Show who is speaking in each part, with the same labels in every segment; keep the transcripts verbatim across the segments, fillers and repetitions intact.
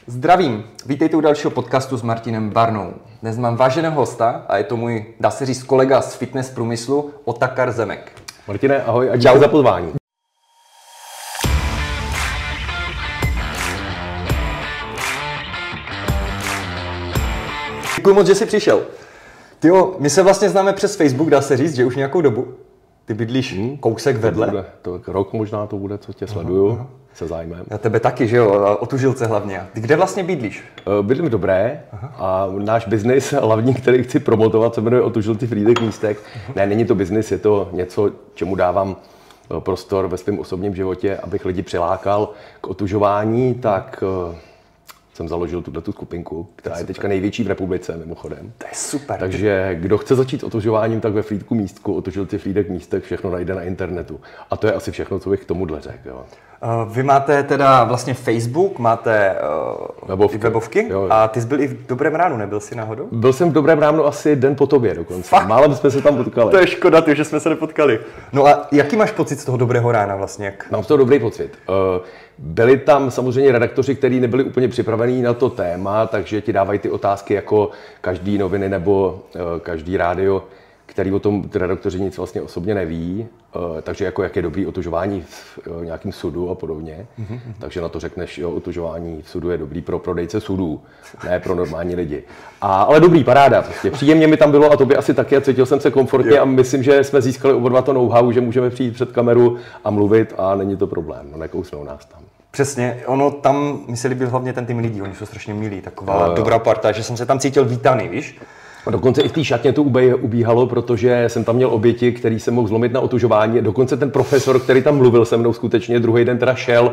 Speaker 1: Zdravím, vítejte u dalšího podcastu s Martinem Barnou. Dnes mám váženého hosta a je to můj, dá se říct, kolega z fitness průmyslu, Otakar Zemek.
Speaker 2: Martine, ahoj a děkuji za pozvání.
Speaker 1: Děkuji moc, že jsi přišel. Tyjo, my se vlastně známe přes Facebook, dá se říct, že už nějakou dobu. Ty bydlíš hmm, kousek vedle.
Speaker 2: To bude, to rok možná to bude, co tě sleduju, aha, aha. se zájmem.
Speaker 1: Já tebe taky, že jo, o Tužilce hlavně. Ty kde vlastně bydlíš?
Speaker 2: Bydlím v Dobré, aha, a náš biznis hlavní, který chci promotovat, se jmenuje O Tužilci Frýdek Místek. Aha. Ne, není to biznis, je to něco, čemu dávám prostor ve svém osobním životě, abych lidi přilákal k otužování, tak jsem založil tuto skupinku, která je, je teďka největší v republice mimochodem.
Speaker 1: To je super.
Speaker 2: Takže kdo chce začít otužováním, tak ve Frýdku Místku, O Tužilci Frýdek Místek, všechno najde na internetu. A to je asi všechno, co bych k tomuhle řekl. Jo.
Speaker 1: Uh, vy máte teda vlastně Facebook, máte uh, webovky, webovky jo, jo. A ty jsi byl i v Dobrém ránu, nebyl jsi náhodou?
Speaker 2: Byl jsem v Dobrém ránu asi den po tobě dokonce.
Speaker 1: Fakt?
Speaker 2: Málem jsme se tam potkali.
Speaker 1: To je škoda, ty, že jsme se nepotkali. No a jaký máš pocit z toho Dobrého rána vlastně? Jak...
Speaker 2: Mám z toho dobrý pocit. Uh, byli tam samozřejmě redaktoři, kteří nebyli úplně připravení na to téma, takže ti dávají ty otázky jako každý noviny nebo uh, každý rádio, který o tom ty redaktoři nic vlastně osobně neví, uh, takže jako jak je dobrý otužování v uh, nějakém sudu a podobně. Mm-hmm. Takže na to řekneš, jo, otužování v sudu je dobrý pro prodejce sudů, ne pro normální lidi. A, ale dobrý, paráda, prostě. Příjemně mi tam bylo a tobě asi taky a cítil jsem se komfortně jo. A myslím, že jsme získali oba dva to know-how, že můžeme přijít před kameru a mluvit a není to problém, no nekousnou nás tam.
Speaker 1: Přesně, ono tam, mi se líbil hlavně ten tým lidí, oni jsou strašně milí, taková no, dobrá parta, že jsem se tam cítil vítaný, víš?
Speaker 2: A dokonce i v té šatně to ubíhalo, protože jsem tam měl oběti, který jsem mohl zlomit na otužování. Dokonce ten profesor, který tam mluvil se mnou skutečně, druhý den teda šel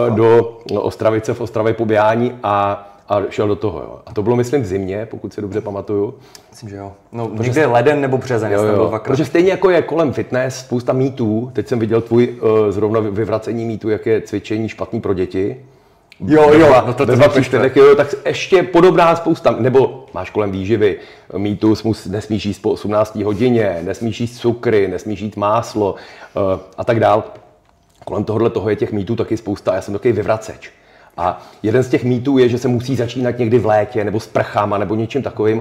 Speaker 2: do Ostravice v Ostravě po běhání a, a šel do toho. Jo. A to bylo, myslím, v zimě, pokud si dobře pamatuju.
Speaker 1: Myslím, že jo. No, někde leden nebo březen.
Speaker 2: Jo, jo. Protože stejně jako je kolem fitness spousta mýtů, teď jsem viděl tvůj uh, zrovna vyvracení mýtů, jak je cvičení špatný pro děti.
Speaker 1: Jo, jo, no to
Speaker 2: dva příspěvek, jo, tak ještě podobná spousta, nebo máš kolem výživy, mýtus, nesmíš jíst po osmnácté hodině, nesmíš jíst cukry, nesmíš jíst máslo uh, a tak dál. Kolem tohohle toho je těch mýtů taky spousta a já jsem takový vyvraceč. A jeden z těch mýtů je, že se musí začínat někdy v létě, nebo s prchama, nebo něčím takovým.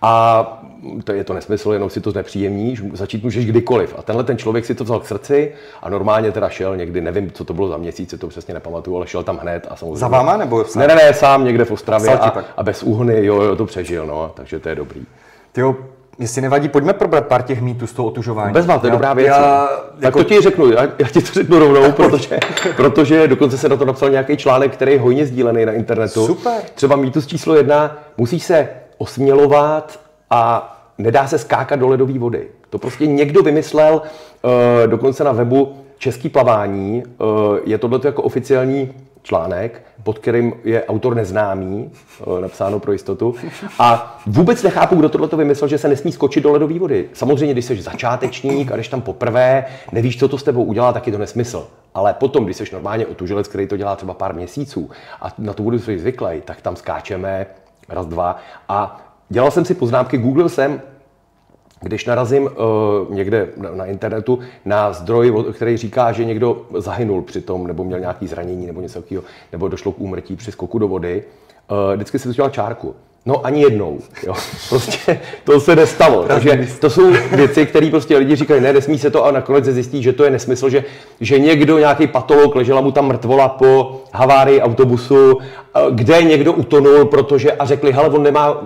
Speaker 2: A to je to nesmysl, jenom si to znepříjemníš, začít můžeš kdykoliv. A tenhle ten člověk si to vzal k srdci a normálně teda šel někdy, nevím, co to bylo za měsíc, to přesně nepamatuju, ale šel tam hned a samozřejmě.
Speaker 1: Za váma nebo sám?
Speaker 2: Ne, ne, ne, sám někde v Ostravě a, a bez úhony, jo, jo, to přežil, no, takže to je dobrý.
Speaker 1: Tyjo, jestli nevadí, pojďme probrat pár těch mýtů z toho otužování.
Speaker 2: Bez vás, to je dobrá věc. Já, tak jako... to ti řeknu, já, já ti to řeknu rovnou, protože, protože dokonce se na to napsal nějaký článek, který je hojně sdílený na internetu.
Speaker 1: Super.
Speaker 2: Třeba mýtus číslo jedna, musíš se osmělovat a nedá se skákat do ledové vody. To prostě někdo vymyslel, uh, dokonce na webu Český plavání, uh, je tohleto jako oficiální článek, pod kterým je autor neznámý, napsáno pro jistotu. A vůbec nechápu, kdo tohleto vymyslel, že se nesmí skočit do ledové vody. Samozřejmě, když jsi začátečník a jdeš tam poprvé, nevíš, co to s tebou udělá, tak je to nesmysl. Ale potom, když jsi normálně otužilec, který to dělá třeba pár měsíců a na tu vodu jsi zvyklý, tak tam skáčeme raz, dva. A dělal jsem si poznámky, googlil jsem, když narazím uh, někde na, na internetu na zdroj, který říká, že někdo zahynul při tom, nebo měl nějaké zranění, nebo něco takového, nebo došlo k úmrtí při skoku do vody, uh, vždycky si to dělal čárku. No ani jednou. Jo. Prostě to se nestalo. Takže to jsou věci, které prostě lidi říkají, ne, nesmí se to a nakonec se zjistí, že to je nesmysl, že, že někdo, nějaký patolog, ležela mu tam mrtvola po havárii autobusu, kde někdo utonul, protože a řekli, hele, on nemá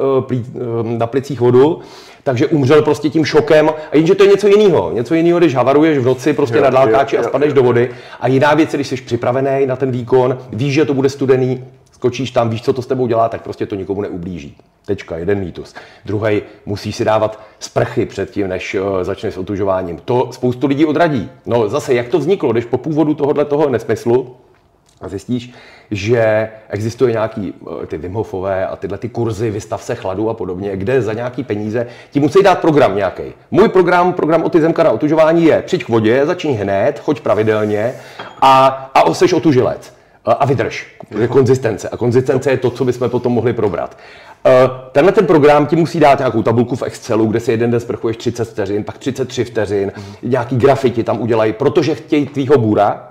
Speaker 2: na plicích vodu, takže umřel prostě tím šokem. A jenže to je něco jiného. Něco jiného, když havaruješ v noci prostě jo, na dálkáči jo, a spadneš jo, do vody. A jiná věc, když jsi připravený na ten výkon, víš, že to bude studený, skočíš tam, víš, co to s tebou dělá, tak prostě to nikomu neublíží. Tečka, jeden mýtus. Druhý, musíš si dávat sprchy předtím, než uh, začneš s otužováním. To spoustu lidí odradí. No zase, jak to vzniklo, když po původu tohohle toho nesmyslu a zjistíš, že existuje nějaký uh, ty Wim Hofové a tyhle ty kurzy, vystav se chladu a podobně, kde za nějaký peníze ti musí dát program nějaký. Můj program, program od Zemka na otužování je přijď k vodě, začni hned, choď pravidelně a, a seš otužilec. A vydrž. Konzistence. A konzistence je to, co bychom potom mohli probrat. Tenhle ten program ti musí dát nějakou tabulku v Excelu, kde si jeden den sprchuješ třicet vteřin, pak třicet tři vteřin, nějaký grafy ti tam udělají, protože chtějí tvýho bůra,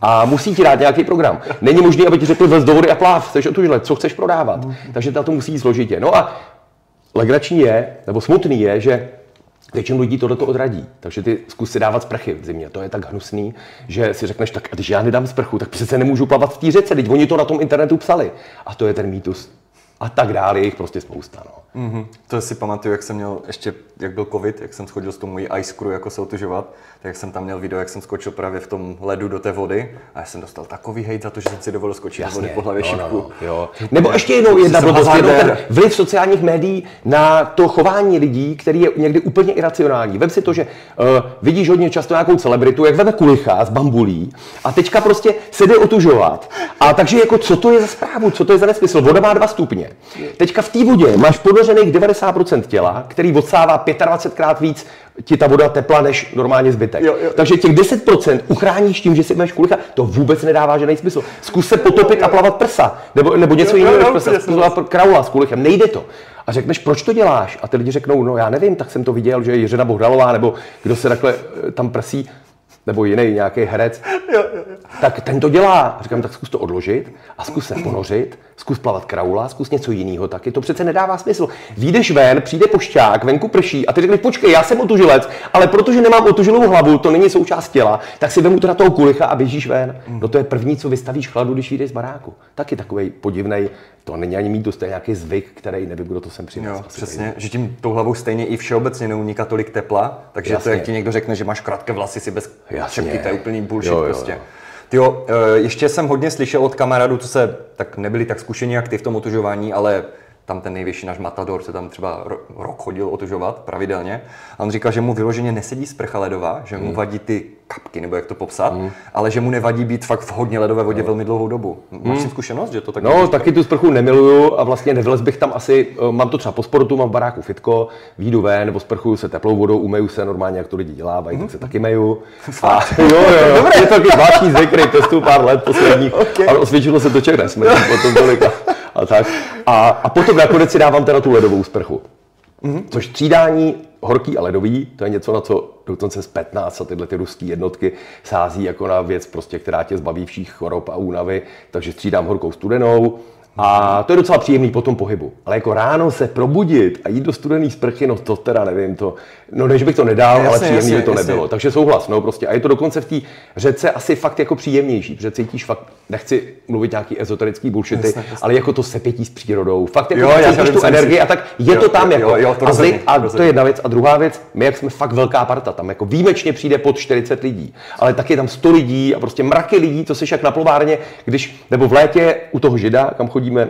Speaker 2: A musí ti dát nějaký program. Není možné, aby ti řekli vlez do vody a pláv, chceš otužlet, co chceš prodávat. Takže na to musí jít složitě. No a legrační je, nebo smutný je, že většinou lidí tohleto odradí. Takže ty zkus si dávat sprchy v zimě. To je tak hnusný, že si řekneš, tak když já nedám sprchu, tak přece nemůžu plavat v té řece, teď oni to na tom internetu psali. A to je ten mýtus. A tak dále, je jich prostě spousta. No.
Speaker 1: Mm-hmm. To si pamatuju, jak jsem měl ještě, jak byl covid, jak jsem schodil s tou mojí ice crew jako se otužovat, tak jsem tam měl video, jak jsem skočil právě v tom ledu do té vody a já jsem dostal takový hejt za to, že jsem si dovolil skočit Jasně, do vody po hlavě no, šipku. No,
Speaker 2: jo. Nebo ještě jednou jedna blbost, ten vliv sociálních médií na to chování lidí, který je někdy úplně iracionální. Vem si to, že uh, vidíš hodně často nějakou celebritu, jak veme kulicha z bambulí a teďka prostě se jde otužovat. A takže jako co to je za zprávu, co to je za nesmysl? Voda má dva stupně. Teďka v té vodě máš ponořených devadesát procent těla, který odsává dvacetpětkrát víc ti ta voda tepla než normálně zbytek. Jo, jo. Takže těch deset procent uchráníš tím, že si máš kulicha, to vůbec nedává žádný smysl. Zkus se potopit a plavat prsa, nebo, nebo něco jiného než prsa, zkus plavat kraula s kulichem, nejde to. A řekneš, proč to děláš? A ty lidi řeknou, no já nevím, tak jsem to viděl, že Jiřina Bohdalová, nebo kdo se takhle tam prsí, nebo jiný nějaký herec, jo, jo, jo. tak ten to dělá. A říkám, tak zkus to odložit a zkus se ponořit, zkus plavat kraula, zkus něco jiného, taky to přece nedává smysl. Vyjdeš ven, přijde pošťák, venku prší a ty řekneš, počkej, já jsem otužilec, ale protože nemám otužilou hlavu, to není součást těla, tak si vemu teda toho kulicha a běžíš ven. No to je první, co vystavíš chladu, když vyjdeš z baráku. Taky takovej podivnej, to není ani mýtus, to je nějaký zvyk, který nevím, kdo to sem přinesl.
Speaker 1: Jo, přesně, tady. Že tím tou hlavou stejně i všeobecně neuniká tolik tepla, takže Jasně. to, jak ti někdo řekne, že máš krátké vlasy si bez čepky, to je úplný bullshit jo, jo, prostě. Jo. Tyjo, ještě jsem hodně slyšel od kamarádů, co se tak nebyli tak zkušení jak ty v tom otužování, ale tam ten největší náš matador se tam třeba rok chodil otužovat pravidelně. A on říkal, že mu vyloženě nesedí sprcha ledová, že mu vadí ty kapky, nebo jak to popsat, mm. ale že mu nevadí být fakt v hodně ledové vodě no. velmi dlouhou dobu. Máš si zkušenost, že to tak?
Speaker 2: No, taky tu sprchu nemiluju a vlastně nevylez bych tam asi, mám to třeba po sportu, mám v baráku fitko, výjdu ven, nebo sprchuju se teplou vodou, umeju se normálně, jak to lidi dělávají, mm. tak se taky meju. A, jo, jo, jo. Dobré. Je to taky zvláštní zvyk, který testuju pár let posledních, okay. ale osvědčilo se to ček nesmrt, potom tolika. A, tak. A, a potom nakonec si dávám teda tu ledovou sprchu. Mm-hmm. Což střídání horký a ledový, to je něco, na co dokonce z patnáct a tyhle ty ruské jednotky sází jako na věc, prostě, která tě zbaví všech chorob a únavy. Takže střídám horkou studenou. A to je docela příjemný po tom pohybu. Ale jako ráno se probudit a jít do studený sprchy, no to teda nevím, to, no než bych to nedal, jasně, ale příjemný jasně, by to jasně. nebylo. Takže souhlas, no prostě. A je to dokonce v té řece asi fakt jako příjemnější, protože cítíš fakt, nechci mluvit nějaký ezoterický bullshity, jasně, jasně. ale jako to sepětí s přírodou. Fakt jako jo, cítíš tu energii a tak je jo, to tam jo, jako. Jo, jo, to a, rozhodně, a to je jedna věc. A druhá věc, my jak jsme fakt velká parta, tam jako výjimečně přijde pod čtyřicet lidí, ale tak je tam sto lidí a prostě mraky lidí, to seš jak na plovárně, když, nebo v létě u toho Žida, kam chodíme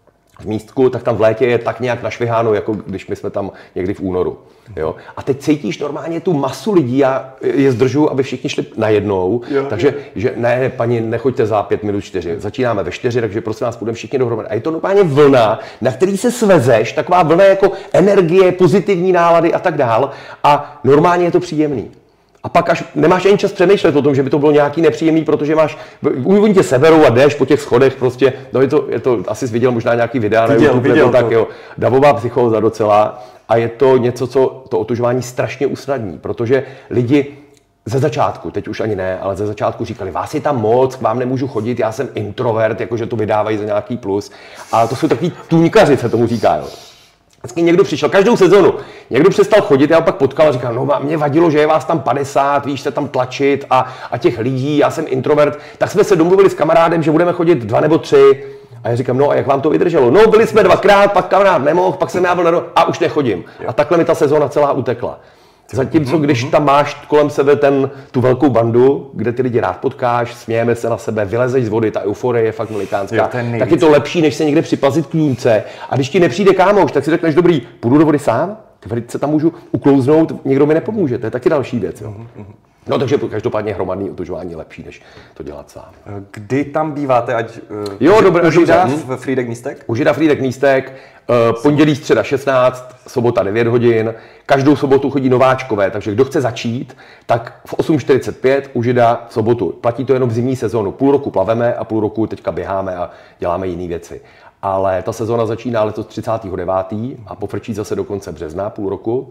Speaker 2: v místku, tak tam v létě je tak nějak našviháno, jako když my jsme tam někdy v únoru. Jo? A teď cítíš normálně tu masu lidí a je zdržuju, aby všichni šli najednou. Jo, takže jo. že ne, paní, nechoďte za pět minut čtyři. Začínáme ve čtyři, takže prosím vás, půjdeme všichni dohromady. A je to normálně vlna, na který se svezeš, taková vlna jako energie, pozitivní nálady a tak dál. A normálně je to příjemný. A pak až nemáš ani čas přemýšlet o tom, že by to bylo nějaký nepříjemný, protože máš, oni tě seberou a jdeš po těch schodech prostě, no je to, je to asi jsi viděl možná nějaký videa na YouTube, viděl to. Tak jo, davová psychóza docela a je to něco, co to otužování strašně usnadní, protože lidi ze začátku, teď už ani ne, ale ze začátku říkali, vás je tam moc, k vám nemůžu chodit, já jsem introvert, jakože to vydávají za nějaký plus, a to jsou takový tuňkaři, se tomu říká, jo. Vždycky někdo přišel, každou sezonu, někdo přestal chodit, já pak potkal a říkal, no mě vadilo, že je vás tam padesát, víš se tam tlačit a, a těch lidí, já jsem introvert, tak jsme se domluvili s kamarádem, že budeme chodit dva nebo tři. A já říkám, no a jak vám to vydrželo? No byli jsme dvakrát, pak kamarád nemohl, pak jsem já byl na a už nechodím. A takhle mi ta sezóna celá utekla. Zatímco když tam máš kolem sebe ten, tu velkou bandu, kde ty lidi rád potkáš, smějeme se na sebe, vylezeš z vody, ta euforie je fakt velikánská, tak je to lepší, než se někde připazit k jůnce. A když ti nepřijde kámoš, tak si řekneš, dobrý, půjdu do vody sám, teď se tam můžu uklouznout, někdo mi nepomůže, to je taky další věc. Jo. No takže každopádně hromadný otužování je lepší, než to dělat sám.
Speaker 1: Kdy tam býváte, ať
Speaker 2: jo, dobré,
Speaker 1: u Žida v Frýdek místek?
Speaker 2: U Žida Frýdek místek, Pondělí, středa šestnáct, sobota devět hodin. Každou sobotu chodí nováčkové, takže kdo chce začít, tak v osm čtyřicet pět u Žida v sobotu. Platí to jenom v zimní sezónu. Půl roku plaveme a půl roku teďka běháme a děláme jiné věci. Ale ta sezóna začíná letos třicátého devátého a pofrčí zase do konce března, půl roku.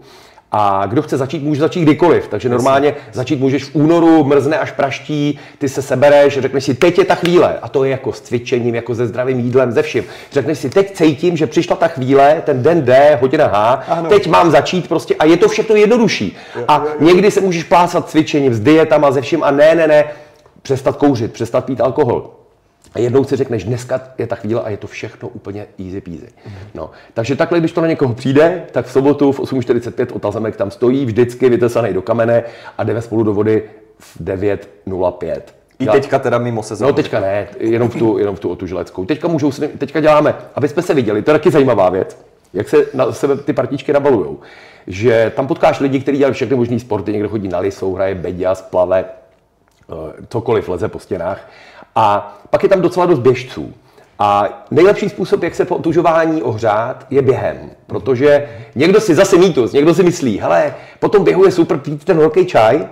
Speaker 2: A kdo chce začít, může začít kdykoliv. Takže normálně začít můžeš v únoru, mrzne až praští, ty se sebereš, řekneš si, teď je ta chvíle. A to je jako s cvičením, jako se zdravým jídlem, ze vším. Řekneš si, teď cítím, že přišla ta chvíle, ten den D, hodina H, ano. Teď mám začít prostě a je to všechno jednodušší. A někdy se můžeš plásat cvičením, s dietama, ze vším a ne, ne, ne, přestat kouřit, přestat pít alkohol. A jednou si řekneš, dneska je ta chvíle a je to všechno úplně easy peasy. No, takže takhle, když to na někoho přijde, tak v sobotu v osm čtyřicet pět Otazemek tam stojí, vždycky vytesaný do kamene a jdeme spolu do vody v devět nula pět.
Speaker 1: I teďka teda mimo sezónu.
Speaker 2: No teďka ne, jenom v tu, jenom v tu otužileckou. Teďka můžou, teďka děláme, aby jsme se viděli, to je taky zajímavá věc, jak se na sebe ty partičky nabalujou. Že tam potkáš lidi, kteří dělají všechny možné sporty, někdo chodí na lisou, hraje beďas, plave, cokoliv, leze po stěnách. A pak je tam docela dost běžců. A nejlepší způsob, jak se po otužování ohřát, je během. Protože někdo si zase mýtus, někdo si myslí, hele, potom běhu je super pít ten horký čaj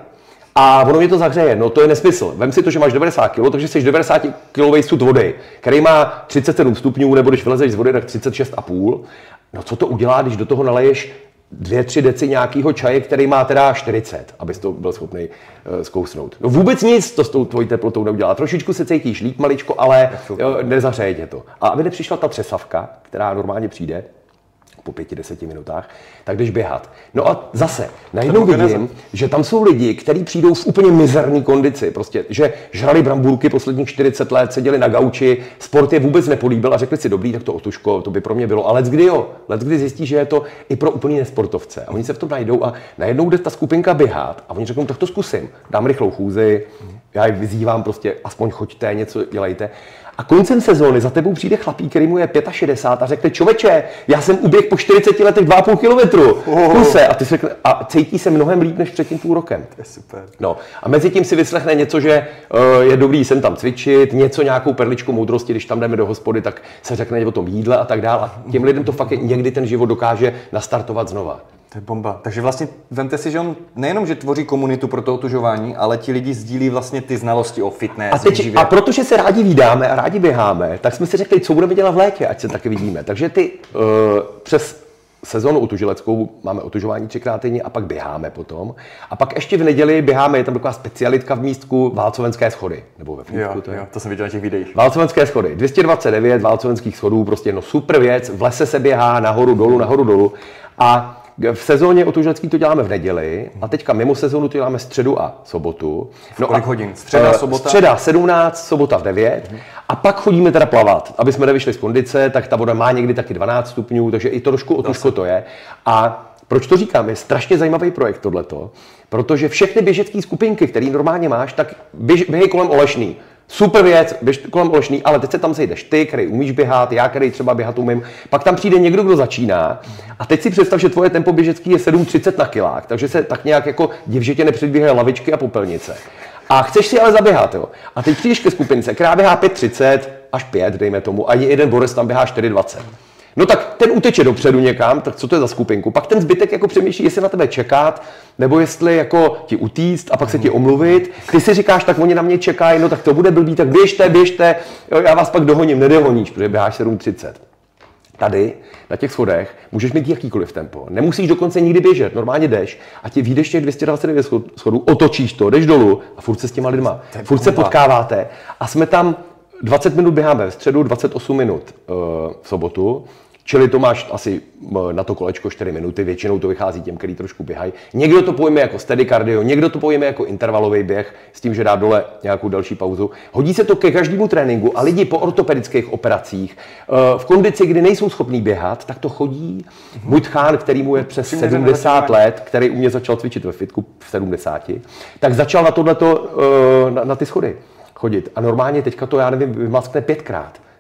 Speaker 2: a ono mě to zahřeje. No to je nesmysl. Vem si to, že máš devadesát kilogramů, takže jsi devadesát kilový sud vody, který má třicet sedm stupňů, nebo když vylezeš z vody, tak třicet šest a půl. No co to udělá, když do toho naleješ dvě, tři deci nějakého čaje, který má teda čtyřicet, abys to byl schopný uh, zkousnout. No vůbec nic to s tou tvojí teplotou neudělá. Trošičku se cítíš líp maličko, ale uh, nezahřeje tě to. A aby nepřišla ta třesavka, která normálně přijde po pěti, deseti minutách, tak jdeš běhat. No a zase, najednou vidím, že tam jsou lidi, kteří přijdou v úplně mizerné kondici. Prostě, že žrali brambůrky posledních čtyřicet let, seděli na gauči, sport je vůbec nepolíbil a řekli si, dobrý, tak to Otužko, to by pro mě bylo. Ale leckdy jo, leckdy zjistí, že je to i pro úplný nesportovce. A oni se v tom najdou a najednou jde ta skupinka běhat a oni řeknou, tak to zkusím. Dám rychlou chůzi, já je vyzývám prostě, aspoň choďte, něco dělejte. A koncem sezóny za tebou přijde chlapík, který mu je šedesát pět a řekne, člověče, já jsem uběh po čtyřiceti letech dva a půl kilometru. Oh. Kuse. A ty se řekne, a cítí se mnohem líp než před tím půl rokem.
Speaker 1: To je super.
Speaker 2: No. A mezi tím si vyslechne něco, že uh, je dobrý sem tam cvičit, něco, nějakou perličku moudrosti, když tam jdeme do hospody, tak se řekne o tom jídle a tak dále. A těm lidem to fakt je, někdy ten život dokáže nastartovat znova.
Speaker 1: To je bomba. Takže vlastně vemte si, že on nejenom, že tvoří komunitu pro to otužování, ale ti lidi sdílí vlastně ty znalosti o fitness.
Speaker 2: A, teď, a protože se rádi vídáme a rádi běháme, tak jsme si řekli, co budeme dělat v létě, ať se taky vidíme. Takže ty uh, přes sezónu otužileckou máme otužování třikrát týdně a pak běháme potom. A pak ještě v neděli běháme, je tam taková specialitka v místku, Válcovenské schody. Nebo ve Fínsku,
Speaker 1: jo,
Speaker 2: to je.
Speaker 1: Jo, to jsem viděl na těch videích.
Speaker 2: Válcovenské schody. dvě stě dvacet devět Válcovenských schodů, prostě no super věc. V lese se běhá nahoru, dolů, nahoru, dolů. A v sezóně otužilecký to děláme v neděli a teďka mimo sezónu to děláme středu a sobotu.
Speaker 1: No kolik hodin? Středa, sobota?
Speaker 2: Středa sedmnáct, sobota v devět. Mm. A pak chodíme teda plavat. Aby jsme nevyšli z kondice, tak ta voda má někdy taky dvanáct stupňů, takže i trošku otužko to je. A proč to říkám? Je strašně zajímavý projekt tohleto, protože všechny běžecké skupinky, které normálně máš, tak běž, běhej kolem Olešný. Super věc, běž kolem Olešný, ale teď se tam sejdeš ty, který umíš běhat, já, který třeba běhat umím. Pak tam přijde někdo, kdo začíná. A teď si představ, že tvoje tempo běžecký je sedm třicet na kilák, takže se tak nějak jako div, že tě nepředbíhají lavičky a popelnice. A chceš si ale zaběhat, jo. A teď přijdeš ke skupince, která běhá pět třicet až pět, dejme tomu, a jeden borec tam běhá čtyři dvacet. No tak ten uteče dopředu někam, tak co to je za skupinku? Pak ten zbytek jako přemýšlí, jestli na tebe čekat, nebo jestli jako ti utíct a pak se ti omluvit. Ty si říkáš, tak oni na mě čekají, no tak to bude blbý, tak běžte, běžte, jo, já vás pak dohoním, nedohoníš, protože běháš sedm třicet. Tady, na těch schodech, můžeš mít jakýkoliv tempo. Nemusíš dokonce nikdy běžet, normálně jdeš a ti vyjdeš těch dvě stě dvacet devět schodů, otočíš to, jdeš dolů a furt se s těma lidma, furt se potkáváte a jsme tam dvacet minut běháme ve středu, dvacet osm minut uh, v sobotu, čili to máš asi na to kolečko čtyři minuty, většinou to vychází těm, kteří trošku běhají. Někdo to pojme jako steady cardio, někdo to pojme jako intervalový běh s tím, že dá dole nějakou další pauzu. Hodí se to ke každému tréninku a lidi po ortopedických operacích v kondici, kdy nejsou schopní běhat, tak to chodí. Můj tchán, který mu je přes sedmdesát let, který u mě začal cvičit ve fitku v sedmdesáti, tak začal na tohleto, na, na ty schody chodit. A normálně teďka to, já nevím, vymaskne pětkrát.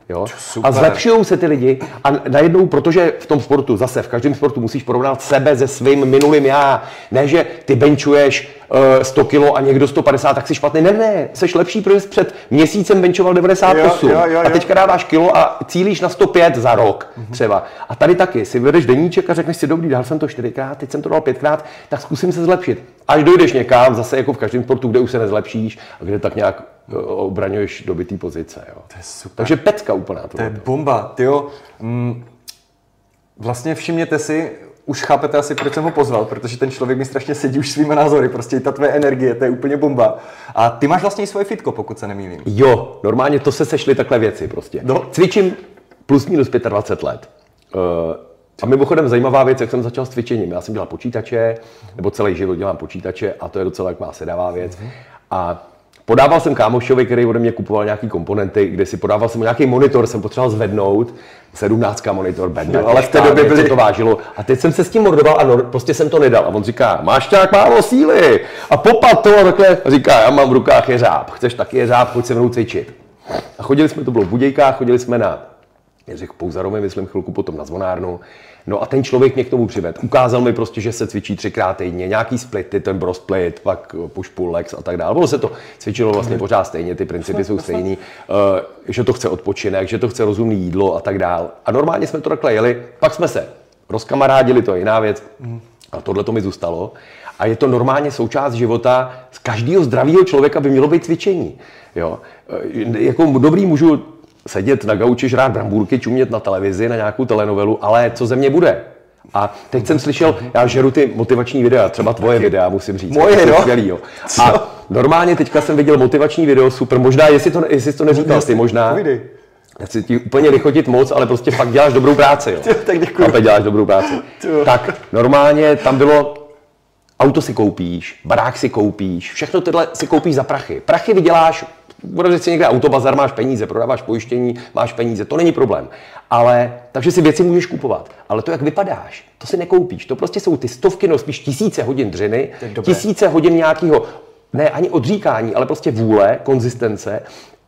Speaker 2: Jo? A zlepšují se ty lidi a najednou, protože v tom sportu, zase v každém sportu musíš porovnat sebe se svým minulým já. Ne, že ty benchuješ uh, sto kilo a někdo sto padesát, tak jsi špatný. Ne, ne, jsi lepší, protože jsi před měsícem benchoval devadesát osm. Jo, jo, jo, jo. A teďka dáváš kilo a cílíš na sto pět za rok mm-hmm. třeba. A tady taky si vedeš deníček a řekneš si, dobrý, dal jsem to čtyřikrát, teď jsem to dal pětkrát, tak zkusím se zlepšit. Až dojdeš někam, zase jako v každém sportu, kde už se nezlepšíš a kde tak nějak obraňuješ dobytý pozice. Jo.
Speaker 1: To je super.
Speaker 2: Takže pecka úplná.
Speaker 1: To je bomba. Tyjo, mm, vlastně všimněte si, už chápete asi, proč jsem ho pozval, protože ten člověk mi strašně sedí už svými názory, prostě i ta tvoje energie, to je úplně bomba. A ty máš vlastně i svoje fitko, pokud se nemýlím.
Speaker 2: Jo, normálně to se sešly takhle věci prostě. No. Cvičím plus minus dvacet pět let. Uh, a mimochodem zajímavá věc, jak jsem začal s cvičením. Já jsem dělal počítače, nebo celý život dělám počítače a to je docela jak má sedavá věc. Mm-hmm. A podával jsem kámošovi, který ode mě kupoval nějaký komponenty, kde si podával jsem nějaký monitor, jsem potřeboval zvednout, sedmnáctka monitor, bedna,
Speaker 1: ale v té době byly...
Speaker 2: to vážilo. A teď jsem se s tím mordoval a no, prostě jsem to nedal. A on říká, máš nějak málo síly a popad to a takhle. A říká, já mám v rukách jeřáb, chceš taky jeřáb, pojď se mnou cvičit. A chodili jsme, to bylo v Budějkách, chodili jsme na Jindřich Pouzarovi, myslím chvilku potom na zvonárnu. No a ten člověk mě k tomu přivedl. Ukázal mi prostě, že se cvičí třikrát týdně, nějaký splity, ten bro split, pak push pull legs a tak dále. Ono se to cvičilo vlastně pořád stejně, ty principy jsou stejný, uh, že to chce odpočinek, že to chce rozumné jídlo a tak dále. A normálně jsme to takhle jeli, pak jsme se rozkamarádili, to je jiná věc. A tohle to mi zůstalo. A je to normálně součást života, z každého zdravého člověka by mělo být cvičení. Jo? Jako dobrý můžu sedět na gauči, žrát brambůrky, čumět na televizi, na nějakou telenovelu, ale co ze mě bude? A teď jsem slyšel, já žeru ty motivační videa, třeba tvoje videa, musím říct.
Speaker 1: Moje, no?
Speaker 2: Skvělý, jo. A normálně teďka jsem viděl motivační video, super, možná, jestli to, jestli to neříkal ty, možná. Chci ti úplně nechodit moc, ale prostě fakt děláš dobrou práci, jo.
Speaker 1: Tak děkuji.
Speaker 2: A teď děláš dobrou práci. Tak normálně tam bylo, auto si koupíš, barák si koupíš, všechno tyhle si koupíš za prachy. Prachy vyděláš, budeš si někde autobazar, máš peníze, prodáváš pojištění, máš peníze, to není problém. Ale, takže si věci můžeš kupovat. Ale to, jak vypadáš, to si nekoupíš. To prostě jsou ty stovky, no spíš tisíce hodin dřiny, tisíce hodin nějakého, ne ani odříkání, ale prostě vůle, konzistence,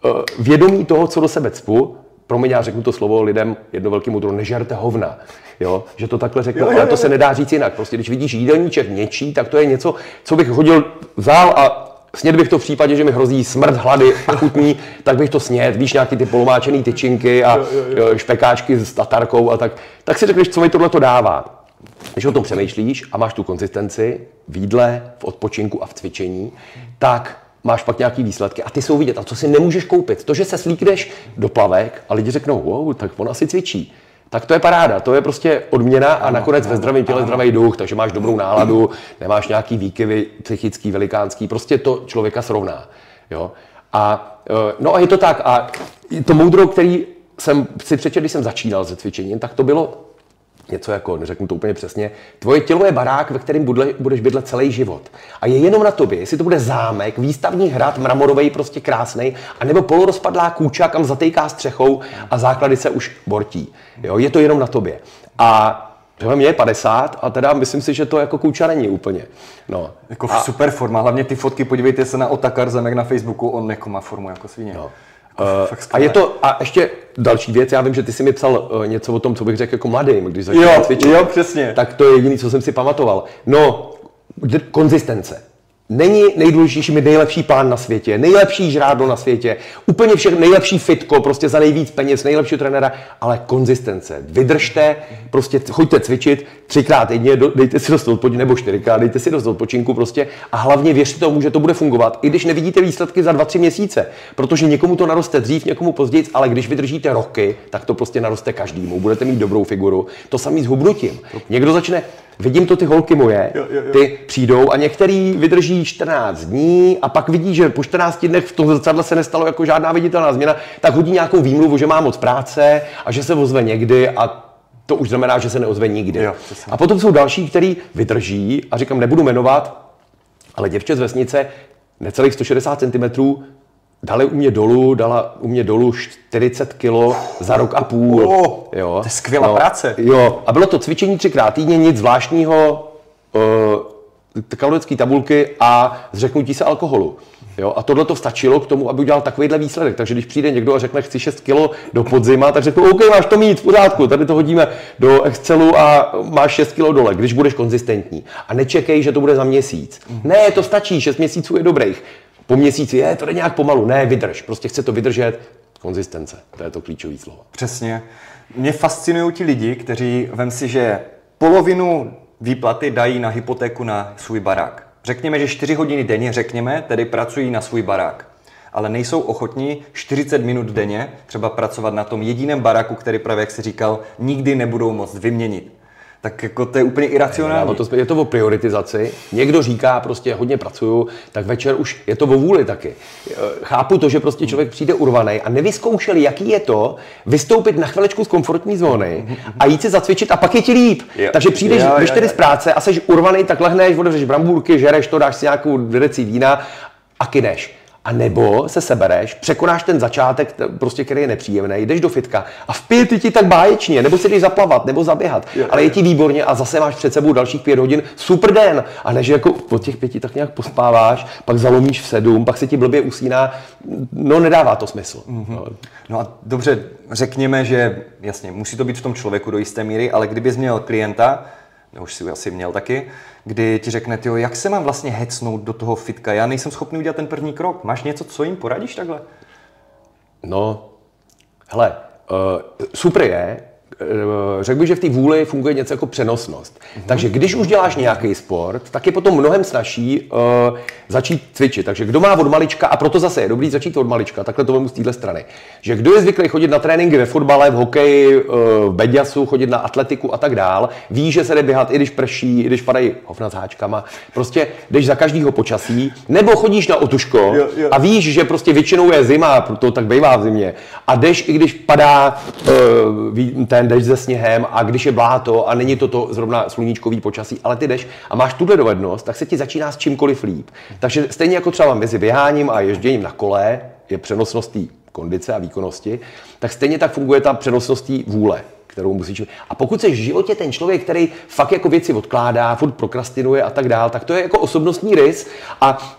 Speaker 2: vědomí toho, co do sebe cpu. Promiň, já řeknu to slovo lidem, jedno velký mudro, nežerte hovna. Jo? Že to takhle řeknu, ale to se nedá říct jinak. Prostě když vidíš jídelníček něčí, tak to je něco, co bych hodil, vzal a sněd bych to v případě, že mi hrozí smrt, hlady, akutní, tak bych to sněd, víš, nějaký ty polomáčený tyčinky a jo, jo, jo. špekáčky s tatarkou a tak. Tak si řekneš, co mi tohle to dává. Když o tom přemýšlíš a máš tu konzistenci v jídle, v odpočinku a v cvičení, tak máš pak nějaký výsledky a ty jsou vidět. A co si nemůžeš koupit? To, že se slíkneš do plavek a lidi řeknou, wow, tak on asi cvičí. Tak to je paráda, to je prostě odměna a ano, nakonec ano, ve zdravém těle ano. zdravý duch, takže máš dobrou náladu, nemáš nějaký výkyvy psychický, velikánský, prostě to člověka srovná. Jo? A, no a je to tak. A to moudro, který jsem si přečetl, když jsem začínal se cvičením, tak to bylo něco jako, neřeknu to úplně přesně, tvoje tělo je barák, ve kterém budeš bydlet celý život. A je jenom na tobě, jestli to bude zámek, výstavní hrad, mramorovej, prostě krásnej, anebo polorozpadlá kůča, kam zatejká střechou a základy se už bortí. Jo, je to jenom na tobě. A tohle mě je padesát a teda myslím si, že to jako kůča není úplně. No.
Speaker 1: Jako a... super forma, hlavně ty fotky, podívejte se na Otakar Zemek na Facebooku, on jako má formu jako svině. No.
Speaker 2: Uh, a je to, a ještě další věc, já vím, že ty jsi mi psal uh, něco o tom, co bych řekl jako mladým, když začal cvičit.
Speaker 1: Jo, přesně.
Speaker 2: Tak to je jediné, co jsem si pamatoval. No, konzistence. Není nejdůležitější mít nejlepší plán na světě, nejlepší žrádlo na světě, úplně všechno, nejlepší fitko, prostě za nejvíc peněz, nejlepší trenéra, ale konzistence. Vydržte, prostě choďte cvičit třikrát týdně, dejte si dost odpočinku, nebo čtyřikrát, dejte si dost odpočinku prostě a hlavně věřte tomu, že to bude fungovat, i když nevidíte výsledky za dva, tři měsíce, protože někomu to naroste dřív, někomu později, ale když vydržíte roky, tak to prostě naroste každému, budete mít dobrou figuru. To samý s hubnutím. Někdo začne, vidím to ty holky moje, jo, jo, jo. Ty přijdou a některý vydrží čtrnáct dní a pak vidí, že po čtrnácti dnech v tom zrcadle se nestalo jako žádná viditelná změna, tak hodí nějakou výmluvu, že má moc práce a že se ozve někdy a to už znamená, že se neozve nikdy. Jo, a potom jsou další, kteří vydrží a říkám, nebudu jmenovat, ale děvče z vesnice necelých sto šedesát centimetrů dali u mě dolů, dala u mě dolů čtyřicet kilo za rok a půl.
Speaker 1: Oh, jo. To je skvělá no, práce.
Speaker 2: Jo, a bylo to cvičení třikrát týdně, nic zvláštního, uh, kalorické tabulky a zřeknutí se alkoholu. Jo, a tohle to stačilo k tomu, aby udělal takovýhle výsledek. Takže když přijde někdo a řekne, chci šest kilo do podzima, tak řeknu, OK, máš to mít v pořádku, tady to hodíme do Excelu a máš šest kilo dole, když budeš konzistentní. A nečekej, že to bude za měsíc. Mm. Ne, to stačí, šest měsíců je dobrých. Po měsíci je, to jde nějak pomalu. Ne, vydrž, prostě chce to vydržet. Konzistence, to je to klíčové slovo.
Speaker 1: Přesně. Mě fascinují ti lidi, kteří, vem si, že polovinu výplaty dají na hypotéku na svůj barák. Řekněme, že čtyři hodiny denně, řekněme, tedy pracují na svůj barák. Ale nejsou ochotní čtyřicet minut denně třeba pracovat na tom jediném baráku, který právě, jak jsi říkal, nikdy nebudou moct vyměnit. Tak jako to je úplně iracionální.
Speaker 2: Je, je to o prioritizaci. Někdo říká, prostě hodně pracuju, tak večer už je to o vůli taky. Chápu to, že prostě člověk přijde urvaný a nevyzkoušel, jaký je to vystoupit na chvilečku z komfortní zóny a jít si zacvičit a pak je ti líp. Jo. Takže přijdeš ve čtyři z práce a jsi urvaný, tak lehneš, otevřeš brambůrky, žereš to, dáš si nějakou deci vína a kydeš. A nebo se sebereš, překonáš ten začátek, prostě, který je nepříjemný, jdeš do fitka a v pět ti tak báječně, nebo si jdeš zaplavat, nebo zaběhat, je, ale je ti výborně a zase máš před sebou dalších pět hodin, super den. A než jako od těch pěti tak nějak pospáváš, pak zalomíš v sedm, pak se ti blbě usíná, no nedává to smysl. Mm-hmm. No.
Speaker 1: no a dobře, řekněme, že jasně, musí to být v tom člověku do jisté míry, ale kdybys měl klienta, no už si asi měl taky, kdy ti řekne, tyjo, jak se mám vlastně hecnout do toho fitka, já nejsem schopný udělat ten první krok. Máš něco, co jim poradíš takhle?
Speaker 2: No, hele, uh, super je, řekl bych, že v té vůli funguje něco jako přenosnost. Mm-hmm. Takže když už děláš nějaký sport, tak je potom mnohem snazší uh, začít cvičit. Takže kdo má od malička, a proto zase je dobrý začít od malička, takhle to vemu z téhle strany, že kdo je zvyklý chodit na tréninky ve fotbale, v hokeji, uh, v beďasu, chodit na atletiku a tak dál, ví, že se jde běhat, i když prší, i když padají hovna s háčkama, prostě jdeš za každého počasí, nebo chodíš na otužko jo, jo. a víš, že prostě většinou je zima, to tak bývá v zimě, a jdeš, i když padá uh, ten jdeš se sněhem a když je bláto a není to, to zrovna sluníčkový počasí, ale ty jdeš a máš tuhle dovednost, tak se ti začíná s čímkoliv líp. Takže stejně jako třeba mezi běháním a ježděním na kole je přenosnost té kondice a výkonnosti, tak stejně tak funguje ta přenosnost té vůle, kterou musíš. A pokud jsi v životě ten člověk, který fakt jako věci odkládá, furt prokrastinuje a tak dál, tak to je jako osobnostní rys a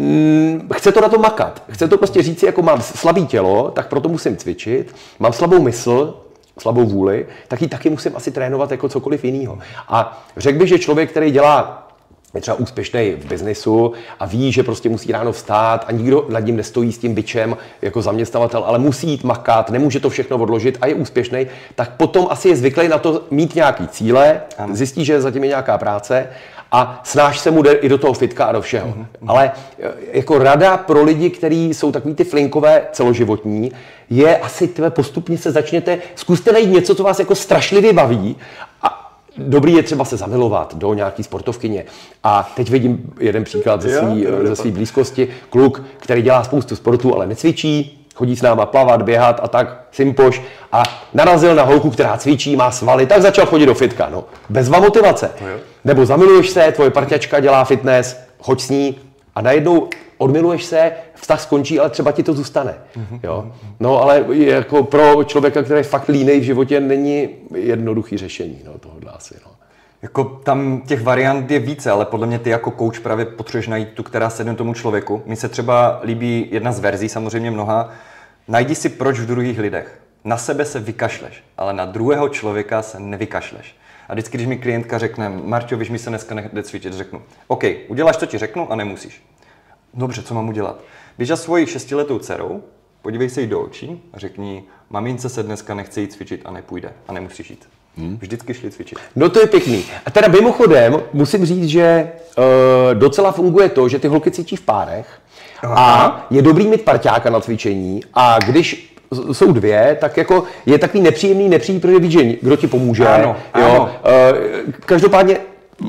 Speaker 2: mm, chce to na to makat. Chce to prostě říct, jako mám slabý tělo, tak proto musím cvičit, mám slabou mysl, slabou vůli, tak ji taky musím asi trénovat jako cokoliv jiného. A řekl bych, že člověk, který dělá, je třeba úspěšný v biznisu a ví, že prostě musí ráno vstát a nikdo nad ním nestojí s tím bičem jako zaměstnavatel, ale musí jít makat, nemůže to všechno odložit a je úspěšný, tak potom asi je zvyklý na to mít nějaký cíle, zjistí, že zatím je nějaká práce a snáš se mu jde i do toho fitka a do všeho. Mm-hmm. Ale jako rada pro lidi, kteří jsou takový ty flinkové celoživotní, je asi tvé postupně se začněte, zkuste najít něco, co vás jako strašlivě baví a dobrý je třeba se zamilovat do nějaký sportovkyně. A teď vidím jeden příklad ze své blízkosti. Kluk, který dělá spoustu sportů, ale necvičí, chodí s náma plavat, běhat a tak, simpoš. A narazil na holku, která cvičí, má svaly, tak začal chodit do fitka. No, bezva motivace. Nebo zamiluješ se, tvoje parťačka dělá fitness, choď s ní a najednou odmiluješ se, vztah skončí, ale třeba ti to zůstane. Jo? No ale jako pro člověka, který je fakt línej v životě, není jednoduchý řešení no, tohohle asi. No.
Speaker 1: Jako tam těch variant je více, ale podle mě ty jako coach právě potřebuješ najít tu, která sedne tomu člověku. Mně se třeba líbí jedna z verzí, samozřejmě mnoha. Najdi si proč v druhých lidech. Na sebe se vykašleš, ale na druhého člověka se nevykašleš. A vždycky, když mi klientka řekne, Marťo, víš, mi se dneska nejde cvičit, řeknu, OK, uděláš, co ti řeknu a nemusíš. Dobře, co mám udělat? Běž za svojí šestiletou dcerou, podívej se jí do očí a řekni, mamince se dneska nechce jít cvičit a nepůjde a nemusíš jít. Hmm. Vždycky šli cvičit.
Speaker 2: No to je pěkný. A teda mimochodem musím říct, že uh, docela funguje to, že ty holky cvičí v párech. Aha. A je dobrý mít parťáka na cvičení a když jsou dvě, tak jako je takový nepříjemný, nepříjemný, protože víš, že kdo ti pomůže.
Speaker 1: Ano,
Speaker 2: jo.
Speaker 1: Ano.
Speaker 2: Uh, každopádně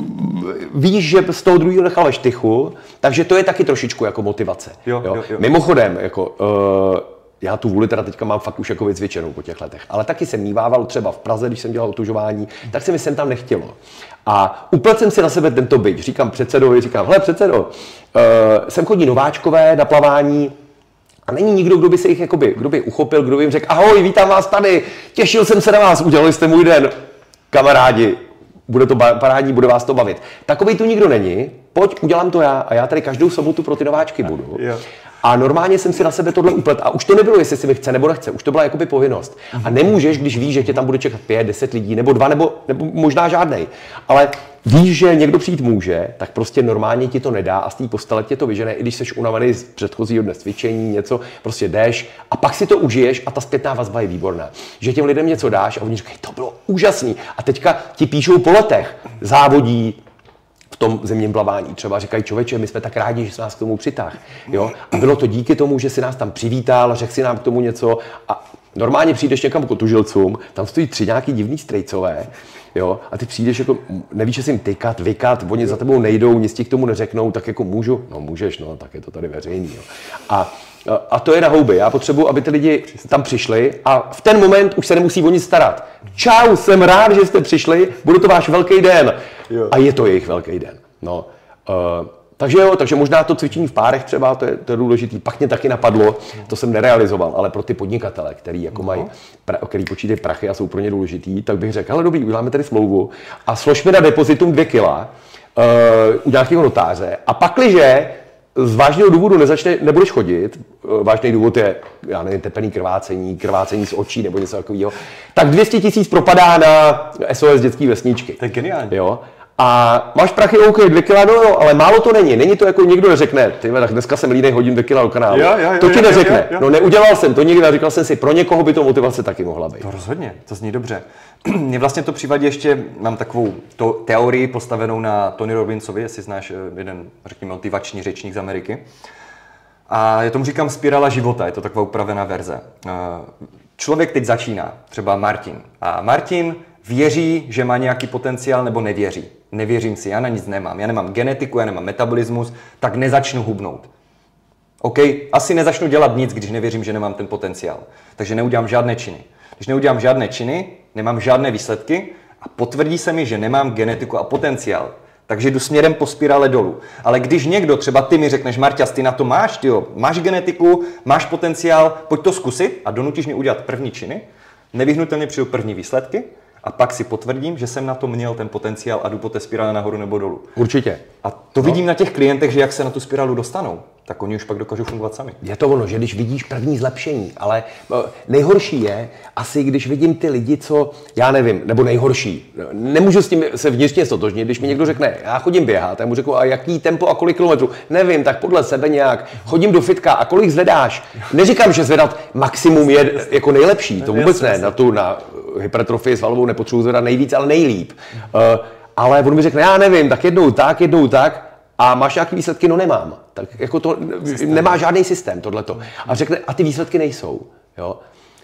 Speaker 2: víš, že z toho druhého nechal ve štychu, takže to je taky trošičku jako motivace.
Speaker 1: Jo, jo. Jo, jo.
Speaker 2: Mimochodem, jako, uh, já tu vůli teda teďka mám fakt už jako vycvičenou po těch letech, ale taky jsem mívával třeba v Praze, když jsem dělal otužování, tak se mi sem tam nechtělo. A upletl jsem si na sebe tento bič, říkám předsedovi, říkám, hele předsedo, uh, sem chodí nováčkové na plavání, a není nikdo, kdo by se jich jakoby, kdo by uchopil, kdo by jim řekl, ahoj, vítám vás tady, těšil jsem se na vás, udělali jste můj den, kamarádi, bude to parádní, bude vás to bavit. Takový tu nikdo není, pojď, udělám to já a já tady každou sobotu pro ty nováčky budu.
Speaker 1: Jo.
Speaker 2: A normálně jsem si na sebe tohle uplet a už to nebylo, jestli si mi chce nebo nechce, už to byla jakoby povinnost. A nemůžeš, když víš, že tě tam bude čekat pět, deset lidí, nebo dva, nebo, nebo možná žádnej. Ale víš, že někdo přijít může, tak prostě normálně ti to nedá a z té postele tě to vyžene, i když jsi unavený z předchozího dne cvičení, něco, prostě jdeš a pak si to užiješ a ta zpětná vazba je výborná. Že těm lidem něco dáš a oni říkají, to bylo úžasný. A teďka ti píšou po letech, závodí v tom zimním plavání. Třeba říkají, člověče, my jsme tak rádi, že jsi nás k tomu přitáhl. Jo? A bylo to díky tomu, že si nás tam přivítal, řekl si nám k tomu něco a normálně přijdeš někam k Kotužilcům, tam stojí tři nějaký divný strejcové, jo, a ty přijdeš jako, nevíš, jestli jim tykat, vykat, oni za tebou nejdou, nic ti k tomu neřeknou, tak jako můžu, no můžeš, no, tak je to tady veřejný, jo. A, a to je na houby, já potřebuji, aby ty lidi tam přišli a v ten moment už se nemusí o nic starat. Čau, jsem rád, že jste přišli, bude to váš velký den. Jo. A je to jejich velký den, no. Uh, Takže jo, takže možná to cvičení v párech třeba, to je, to je důležitý. Pak mě taky napadlo, to jsem nerealizoval, ale pro ty podnikatele, který jako mají, pra, který počítají prachy a jsou pro ně důležitý, tak bych řekl, hele dobrý, uděláme tady smlouvu a slož mi na depozitum dvě kila uh, u nějakého notáře a pakliže z vážného důvodu nezačne, nebudeš chodit, uh, vážný důvod je, já nevím, tepený krvácení, krvácení z očí nebo něco takového, tak dvě stě tisíc propadá na S O S dětský vesničky.
Speaker 1: To je geniální.
Speaker 2: Jo. A máš prachy, OK, dvě kila, no jo, ale málo to není. Není to jako někdo neřekne, ty tak dneska jsem línej, hodím dvě kila do kanálu. Jo, jo, jo, to ti neřekne. Jo, jo, jo. No neudělal jsem to nikdy, říkal jsem si, pro někoho by to motivace taky mohla být.
Speaker 1: To rozhodně, to zní dobře. Mně vlastně to přivadí ještě, mám takovou to, teorii postavenou na Tony Robbinsovi, jestli znáš jeden, řekněme, motivační řečník z Ameriky. A já tomu říkám spirála života, je to taková upravená verze. Člověk teď začíná, třeba Martin. A Martin věří, že má nějaký potenciál, nebo nevěří. Nevěřím si, já na nic nemám. Já nemám genetiku, já nemám metabolismus, tak nezačnu hubnout. OK, asi nezačnu dělat nic, když nevěřím, že nemám ten potenciál. Takže neudělám žádné činy. Když neudělám žádné činy, nemám žádné výsledky a potvrdí se mi, že nemám genetiku a potenciál. Takže jdu směrem po spirále dolů. Ale když někdo, třeba ty mi řekneš, Marťas, ty na to máš, tyjo, máš genetiku, máš potenciál, pojď to zkusit a donutíš mě udělat první činy, nevyhnutelně přijdou první výsledky, a pak si potvrdím, že jsem na to měl ten potenciál a jdu po té spirále nahoru nebo dolů.
Speaker 2: Určitě.
Speaker 1: A to no. vidím na těch klientech, že jak se na tu spirálu dostanou, tak oni už pak dokážou fungovat sami.
Speaker 2: Je to ono, že když vidíš první zlepšení, ale nejhorší je asi, když vidím ty lidi, co, já nevím, nebo nejhorší, nemůžu s tím se vnitřně stotožnit, když mi někdo řekne, já chodím běhat, já mu řeknu, a jaký tempo a kolik kilometrů, nevím, tak podle sebe nějak, chodím do fitka a kolik zvedáš. Neříkám, že zvedat maximum je jako nejlepší, to vůbec ne, na tu, na hypertrofii svalovou nepotřebuji zvedat nejvíc, ale nejlíp. Uh, ale on mi řekne, já nevím, tak jednou tak, jednou tak, a máš nějaký výsledky? No nemám. Tak jako to systém. Nemá žádný systém tohleto. A řekne, a ty výsledky nejsou. Jo?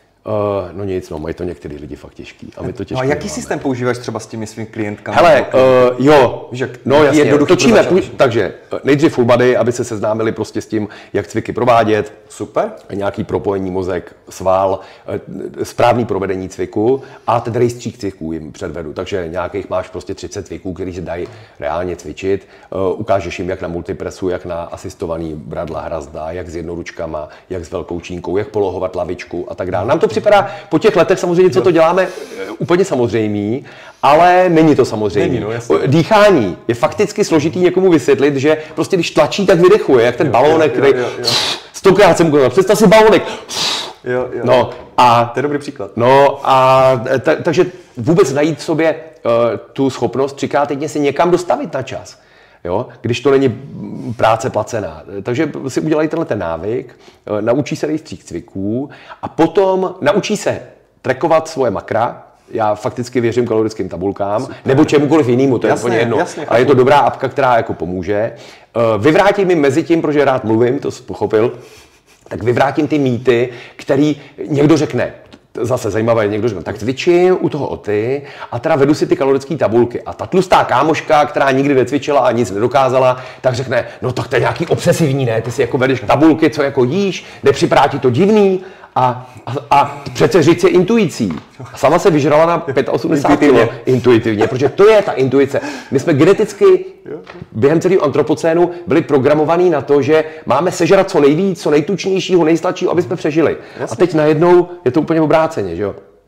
Speaker 2: Uh, no nic, no, mají to některý lidi fakt těžký. A my to těžký
Speaker 1: no a jaký
Speaker 2: nemáme.
Speaker 1: systém používáš třeba s těmi svými klientkami?
Speaker 2: Hele, uh, jo,
Speaker 1: Víš,
Speaker 2: no jasně, točíme, takže nejdřív full body, aby se seznámili prostě s tím, jak cviky provádět.
Speaker 1: Super.
Speaker 2: Nějaký propojení mozek, sval, správný provedení cviku a ten rejstřík cviků jim předvedu. Takže nějakých máš prostě třicet cviků, který se dají reálně cvičit. Uh, ukážeš jim jak na multipresu, jak na asistovaný bradla hrazda, jak s jednoručkama, jak s velkou čínkou, jak polohovat lavičku a tak dále. Nám to připadá po těch letech samozřejmě, co to děláme, úplně samozřejmý, ale není to samozřejmé. No, dýchání je fakticky složitý někomu vysvětlit, že prostě když tlačí, tak vydechuje, jak ten balónek, který stokrát jsem udělal. Představ si balónek.
Speaker 1: Jo, jo.
Speaker 2: No, a,
Speaker 1: to je dobrý příklad.
Speaker 2: No a ta, takže vůbec najít v sobě uh, tu schopnost třikrát týdně si někam dostavit na čas. Jo? Když to není práce placená. Takže si udělají tenhle ten návyk, naučí se rejstřík cviků a potom naučí se trackovat svoje makra. Já fakticky věřím kalorickým tabulkám, Super. nebo čemukoliv jinému, to je úplně jedno. Jasně, ale je to dobrá apka, která jako pomůže. Vyvrátím mi mezi tím, protože rád mluvím, to jsi pochopil, tak vyvrátím ty mýty, který někdo řekne. Zase zajímavé, někdo řekne, tak cvičím u toho oty a teda vedu si ty kalorické tabulky. A ta tlustá kámoška, která nikdy necvičila a nic nedokázala, tak řekne, no tak to je nějaký obsesivní, ne? Ty si jako vedeš tabulky, co jako jíš, nepřipadá ti to divný a, a, a přece říct je intuicí. A sama se vyžrala na osmdesát pět kilo intuitivně, protože to je ta intuice. My jsme geneticky během celého antropocénu byli programovaní na to, že máme sežrat co nejvíc, co nejtučnějšího, nejsladšího, aby jsme přežili. Jasně. A teď najednou je to úplně obráceně, že jo?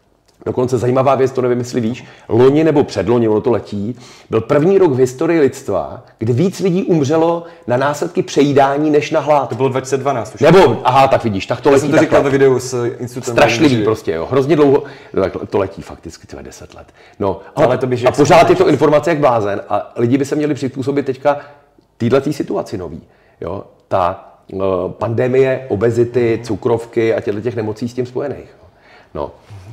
Speaker 2: Dokonce zajímavá věc, to nevím, jestli víš, loni nebo předloni, ono to letí, byl první rok v historii lidstva, kdy víc lidí umřelo na následky přejídání než na hlad.
Speaker 1: To bylo dva tisíce dvanáct už.
Speaker 2: Nebo, aha, tak vidíš, tak to letí.
Speaker 1: Já jsem to říkal ve videu s institutem.
Speaker 2: Strašlivý prostě, jo, hrozně dlouho, to letí fakticky třeba deset let. No, ale, ale to běží, a pořád je to informace jak blázen a lidi by se měli přizpůsobit teďka této situaci nový, jo, ta uh, pandemie, obezity, cukrovky a těchto těch nemocí s tím spojených. No.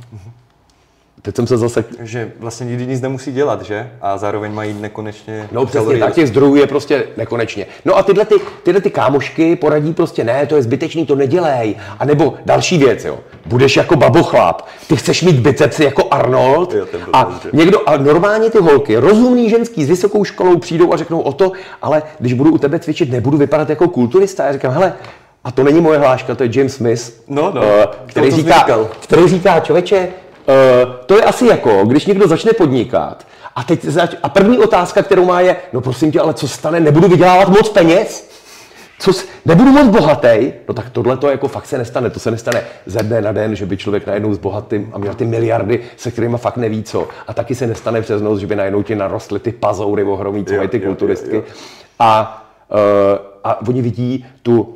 Speaker 2: Teď jsem se zase...
Speaker 1: Že vlastně nikdy nic nemusí dělat, že? A zároveň mají nekonečně...
Speaker 2: No přesně, tak těch zdrojů je prostě nekonečně. No a tyhle, ty, tyhle ty kámošky poradí prostě, ne, to je zbytečný, to nedělej. A nebo další věc, jo. Budeš jako babochlap, ty chceš mít bicepsy jako Arnold. Jo, a byl, někdo, a normálně ty holky, rozumný ženský s vysokou školou přijdou a řeknou o to, ale když budu u tebe cvičit, nebudu vypadat jako kulturista. Já říkám, hele, a to není moje hláška, to je James Smith,
Speaker 1: no, no,
Speaker 2: který, to říká, který říká, člověče, Uh, to je asi jako, když někdo začne podnikat a, teď zač- a první otázka, kterou má je, no prosím tě, ale co stane, nebudu vydělávat moc peněz? Co s- nebudu moc bohatý? No tak tohle to jako fakt se nestane, to se nestane ze dne na den, že by člověk najednou zbohatý a měl ty miliardy, se kterými fakt neví co. A taky se nestane přes noc, že by najednou ti narostly ty pazoury ohromí, co mají ty kulturistky. Jo, jo, jo. A, uh, a oni vidí tu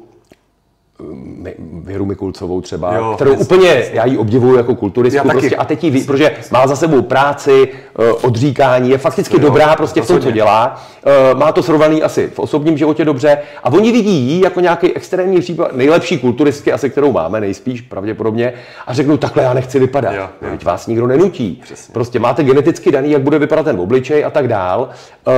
Speaker 2: Věru Mikulcovou třeba, jo, kterou jasný, úplně, jasný. Já ji obdivuju jako kulturistku prostě a teď jí ví, protože má za sebou práci, odříkání, je fakticky jo, dobrá prostě v tom, co dělá, má to srovnaný asi v osobním životě dobře a oni vidí ji jako nějaký extrémní případ, nejlepší kulturistky asi, kterou máme, nejspíš pravděpodobně a řeknou, takhle já nechci vypadat, jo, jo. Teď vás nikdo nenutí, přesně. Prostě máte geneticky daný, jak bude vypadat ten obličej a tak dál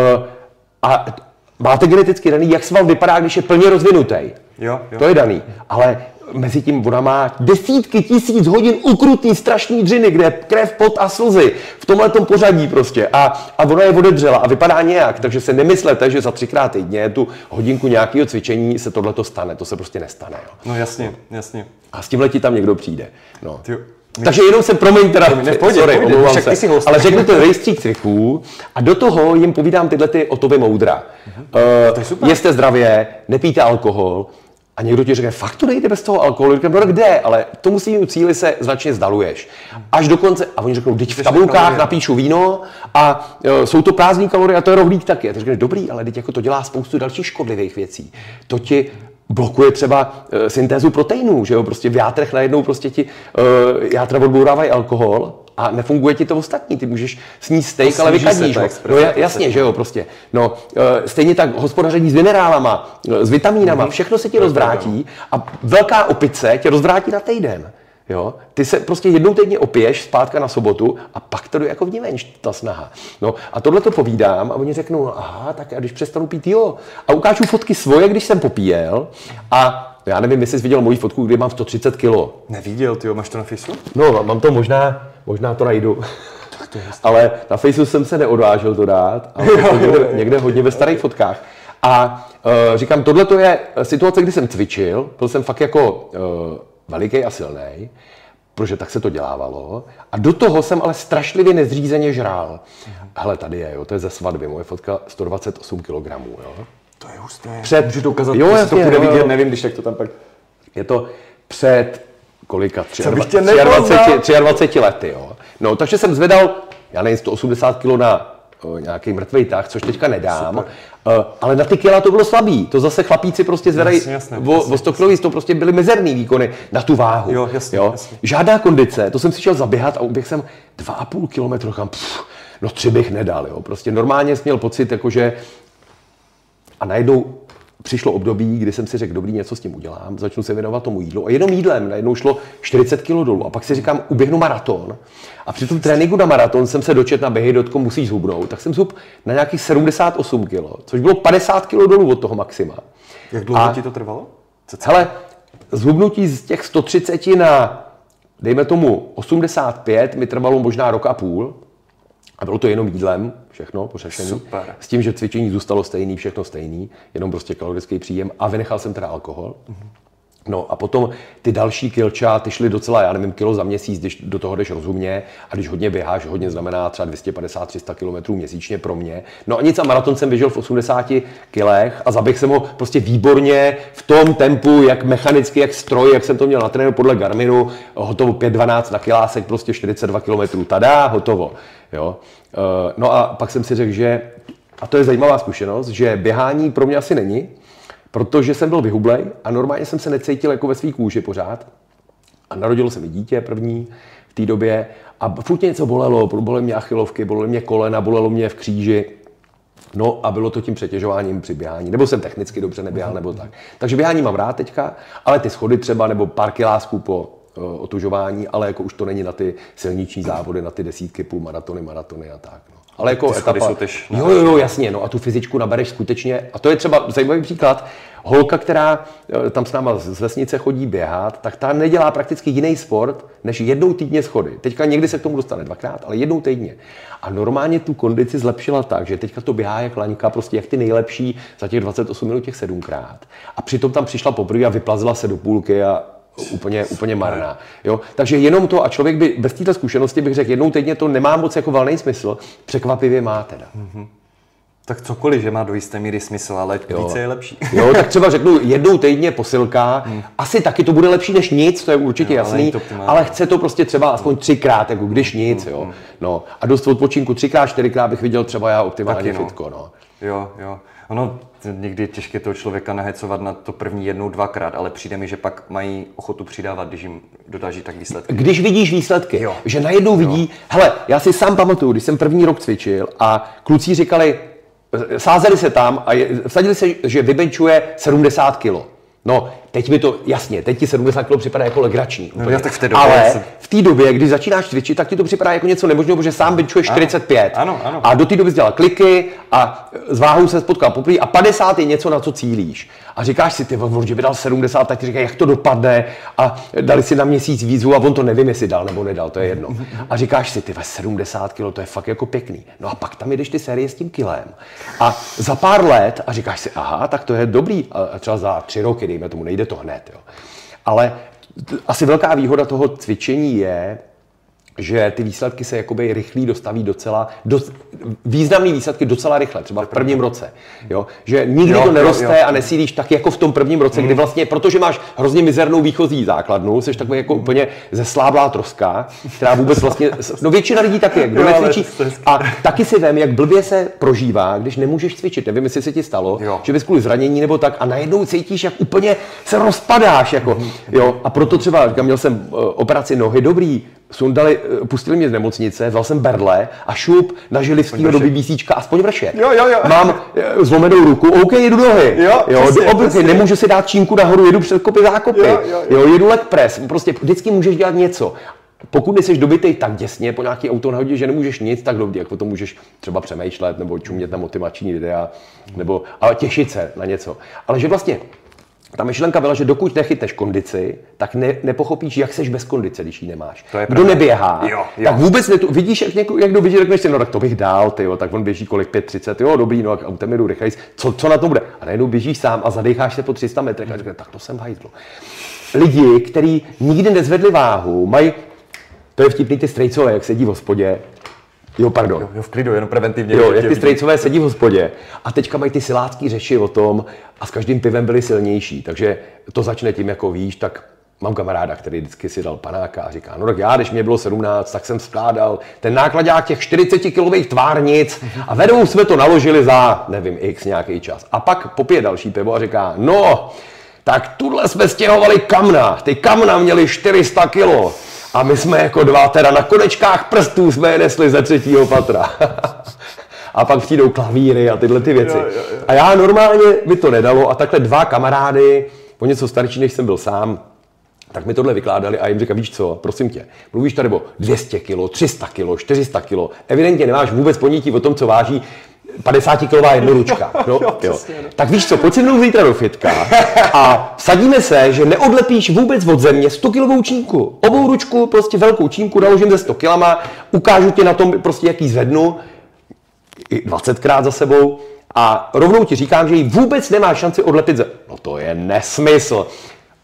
Speaker 2: a máte geneticky daný, jak sval vypadá, když je plně rozvinutý. Jo, jo. To je daný. Ale mezi tím ona má desítky tisíc hodin ukrutný strašný dřiny, kde je krev, pot a slzy. V tomhletom pořadí prostě. A, a ona je odedřela a vypadá nějak. Takže se nemyslete, že za třikrát týdně tu hodinku nějakého cvičení se tohleto stane. To se prostě nestane. Jo.
Speaker 1: No jasně, jasně.
Speaker 2: A s tímhle ti tam někdo přijde. No.
Speaker 1: Ty, my...
Speaker 2: Takže jenom se promiň teda,
Speaker 1: ne, pojde,
Speaker 2: sorry,
Speaker 1: pojde,
Speaker 2: omlouvám se, host, ale řeknu ten rejstřík cviků a do toho jim povídám tyhle ty Otovy moudra. Uh-huh. Uh, jeste zdravě, nepijte alkohol. A někdo ti řekne, fakt to nejde bez toho alkoholu, říkám, no kde, ale tomu svým cíli se značně vzdaluješ. Až do konce, a oni řeknou, teď v tabulkách napíšu víno a jo, jsou to prázdný kalorie a to je rohlík taky. A ty řekneš, dobrý, ale teď jako to dělá spoustu dalších škodlivých věcí. To ti blokuje třeba uh, syntézu proteinů, že jo, prostě v játrech najednou prostě ti uh, játra odbourávají alkohol a nefunguje ti to ostatní, ty můžeš sníst steak, ale vykadíš ho. No jasně, že jo, prostě. No, uh, stejně tak hospodaření s minerálama, uh, s vitamínama, mm-hmm. všechno se ti rozvrátí a velká opice tě rozvrátí na týden. Jo? Ty se prostě jednou týdně opiješ zpátka na sobotu a pak to jde jako v nivenč, ta snaha. No a tohle to povídám a oni řeknou, no, aha, tak a když přestanu pít, jo. A ukážu fotky svoje, když jsem popíjel a já nevím, jestli jsi viděl moji fotku, kdy mám sto třicet kilo.
Speaker 1: Neviděl, tyjo, máš to na Faceu?
Speaker 2: No, mám to možná, možná to najdu. To ale na Faceu jsem se neodvážil to dát, ale to někde, někde hodně ve starých fotkách. A uh, říkám, tohle to je situace, kdy jsem cvičil, byl jsem fakt jako uh, veliký a silný, protože tak se to dělávalo. A do toho jsem ale strašlivě nezřízeně žrál. Mhm. Hele, tady je, jo, to je ze svatby, moje fotka sto dvacet osm kilogramů, jo.
Speaker 1: To je husté.
Speaker 2: Před,
Speaker 1: můžu to ukázat,
Speaker 2: jo,
Speaker 1: jestli to bude vidět, nevím, když tak to tam pak...
Speaker 2: Je to před kolika?
Speaker 1: třiadvaceti
Speaker 2: dvaceti lety, jo. No, takže jsem zvedal, já nevím, sto osmdesát kilo na o, nějaký mrtvej tah, což teďka nedám. Uh, ale na ty kila to bylo slabý. To zase chlapíci prostě zvedají o, o sto kilo, to prostě byly mizerný výkony na tu váhu.
Speaker 1: Jo, jasně,
Speaker 2: jo.
Speaker 1: Jasně.
Speaker 2: Žádná kondice, to jsem si šel zaběhat a uběhl jsem dva a půl kilometru, kam pff, no tři bych nedal, jo. Prostě normálně jsem měl pocit, jakože a najednou přišlo období, kdy jsem si řekl, dobrý, něco s tím udělám, začnu se věnovat tomu jídlu. A jenom jídlem najednou šlo čtyřicet kilo dolů. A pak si říkám, uběhnu maraton. A při tom tréninku na maraton jsem se dočetl na běhy, dotko musíš zhubnout. Tak jsem zhub na nějakých sedmdesát osm kilo, což bylo padesát kilo dolů od toho maxima.
Speaker 1: Jak dlouho a, ti to trvalo?
Speaker 2: Hele, zhubnutí z těch sto třicet na, dejme tomu, osmdesát pět mi trvalo možná rok a půl. A bylo to jenom jídlem, všechno pořešený.
Speaker 1: Super.
Speaker 2: S tím, že cvičení zůstalo stejný, všechno stejný, jenom prostě kalorický příjem a vynechal jsem teda alkohol. Mm-hmm. No a potom ty další kilča, ty šly docela, já nevím, kilo za měsíc, když do toho jdeš rozumně a když hodně běháš, hodně znamená třeba dvě stě padesát až tři sta kilometrů měsíčně pro mě. No a nic a maraton jsem běžel v osmdesáti kilech a zaběhl jsem ho prostě výborně v tom tempu, jak mechanicky, jak stroj, jak jsem to měl na trénu podle Garminu, hotovo pět dvanáct na kilásek, prostě čtyřicet dva kilometrů, tada, hotovo. Jo. No a pak jsem si řekl, že, a to je zajímavá zkušenost, že běhání pro mě asi není, protože jsem byl vyhublej a normálně jsem se necítil jako ve svý kůži pořád. A narodilo se mi dítě první v té době a furt něco bolelo, bolely mě achilovky, bolely mě kolena, bolelo mě v kříži. No a bylo to tím přetěžováním při běhání. Nebo jsem technicky dobře neběhal, nebo tak. Takže běhání mám rád teďka, ale ty schody třeba, nebo pár kilásků po uh, otužování, ale jako už to není na ty silniční závody, na ty desítky, půlmaratony, maratony a tak. No. Ale jako etapa, jsou tež jo, jo, jo, jasně, no a tu fyzičku nabereš skutečně, a to je třeba zajímavý příklad, holka, která tam s náma z vesnice chodí běhat, tak ta nedělá prakticky jiný sport, než jednou týdně schody. Teďka někdy se k tomu dostane dvakrát, ale jednou týdně. A normálně tu kondici zlepšila tak, že teďka to běhá jak laňka, prostě jak ty nejlepší za těch dvacet osm minut těch sedmkrát. A přitom tam přišla poprvé a vyplazila se do půlky a úplně, úplně marná. Jo? Takže jenom to, a člověk by bez této zkušenosti bych řekl, jednou týdně to nemá moc jako valný smysl, překvapivě má teda. Mm-hmm.
Speaker 1: Tak cokoliv, že má do jisté míry smysl, ale jo. Více je lepší.
Speaker 2: Jo, tak třeba řeknu jednou týdně posilka, hmm. asi taky to bude lepší než nic, to je určitě jo, jasný, ale, ale chce to prostě třeba aspoň třikrát, jako když nic, hmm. jo. No, a dost odpočinku třikrát, čtyřikrát bych viděl třeba já optimálně no. fitko, no.
Speaker 1: Jo, jo. Ono někdy je těžké toho člověka nahecovat na to první jednou, dvakrát, ale přijde mi, že pak mají ochotu přidávat, když jim dodáží tak výsledky.
Speaker 2: Když vidíš výsledky, jo. Že najednou vidí, jo. Hele, já si sám pamatuju, když jsem první rok cvičil a kluci říkali, sázeli se tam a je, vsadili se, že vybenčuje sedmdesát kilo. No, teď mi to, jasně, teď ti sedmdesát kilo připadá jako legrační.
Speaker 1: No, já tak v té době
Speaker 2: ale jsem... v té době, když začínáš cvičit, tak ti to připadá jako něco nemožného, protože sám benčuješ čtyřicet pět.
Speaker 1: Ano, ano.
Speaker 2: A do té doby jsi dělal kliky a s váhou se spotkal poprvé a padesát je něco, na co cílíš. A říkáš si, ty on, že by dal sedmdesát, tak ti říkají, jak to dopadne a dali si na měsíc výzvu a on to nevím, jestli dal nebo nedal, to je jedno. A říkáš si, ty sedmdesát kilo, to je fakt jako pěkný. No a pak tam jdeš ty série s tím kilem. A za pár let a říkáš si, aha, tak to je dobrý. A třeba za tři roky, dejme tomu, nejde to hned. Jo. Ale asi velká výhoda toho cvičení je, že ty výsledky se jakoby rychlí dostaví docela, do, významný výsledky docela rychle, třeba v prvním roce. Jo? Že nikdy jo, to neroste jo, jo. a nesílíš tak jako v tom prvním roce, mm. kdy vlastně, protože máš hrozně mizernou výchozí základnu, jsi takový jako úplně zesláblá troska, která vůbec vlastně, no většina lidí taky, kdo necvičí. A taky si vem, jak blbě se prožívá, když nemůžeš cvičit. Nevím, jestli se ti stalo, jo. že bys kvůli zranění nebo tak a najednou cítíš, jak úplně se rozpadáš. Jako, jo? A proto třeba, říkám, měl jsem operaci nohy, dobrý, sundali, pustili mě z nemocnice, vzal jsem berle a šup na Želivskýho do BBCčka, aspoň vršet.
Speaker 1: Jo, jo, jo.
Speaker 2: Mám zlomenou ruku, OK, jedu nohy. Jo, jo přesně, do obvykle, nemůžu si dát čínku nahoru, jedu před kopy zákopy. Jo, jo, jo. jo, jedu leg press, prostě vždycky můžeš dělat něco. Pokud nejseš dobitej tak děsně po nějaký autonehodě, že nemůžeš nic, tak dobře, jak potom můžeš třeba přemýšlet nebo čumět na motivační videa, nebo ale těšit se na něco. Ale že vlastně ta myšlenka byla, že dokud nechytneš kondici, tak ne, nepochopíš, jak seš bez kondice, když ji nemáš. Kdo neběhá,
Speaker 1: jo, jo.
Speaker 2: tak vůbec ne, vidíš, jak někdo, jak kdo vidí, řekneš si, no tak to bych dál, tyjo, tak on běží kolik, pět třicet, jo, dobrý, no, autem jedu rychlejc, co, co na tom bude? A najednou běžíš sám a zadecháš se po tři sta metrech a říkáš, tak to jsem v hajzlu. Lidi, kteří nikdy nezvedli váhu, mají, to je vtipný, ty strejcové, jak sedí v hospodě, Jo, pardon.
Speaker 1: Jo, jo, v klidu, jenom preventivně.
Speaker 2: Jo, jak ty strejcové sedí v hospodě a teďka mají ty silácký řeči o tom a s každým pivem byli silnější. Takže to začne tím, jako víš, tak mám kamaráda, který vždycky si dal panáka a říká, no tak já, když mě bylo sedmnáct, tak jsem skládal ten nákladák těch čtyřicetikilových tvárnic a vedou jsme to naložili za, nevím, x nějaký čas. A pak popije další pivo a říká, no, tak tuhle jsme stěhovali kamna, ty kamna měly čtyři sta kilo. A my jsme jako dva teda na konečkách prstů jsme je nesli ze třetího patra. A pak přijdou klavíry a tyhle ty věci. Jo, jo, jo. A já normálně mi to nedalo a takhle dva kamarády, o něco starší, než jsem byl sám, tak mi tohle vykládali a jim říkám, víš co, prosím tě, mluvíš tady o dvě stě kilo, tři sta kilo, čtyři sta kilo, evidentně nemáš vůbec ponětí o tom, co váží padesátikilová jednoručka. No, jo, jo. Tak víš co, pojď si mnou zítra do fitka a vsadíme se, že neodlepíš vůbec od země sto kilovou čínku. Obou ručku, prostě velkou čínku, naložím ze sto kilama, ukážu ti na tom prostě jaký zvednu, dvacetkrát za sebou a rovnou ti říkám, že ji vůbec nemáš šanci odlepit ze... No to je nesmysl.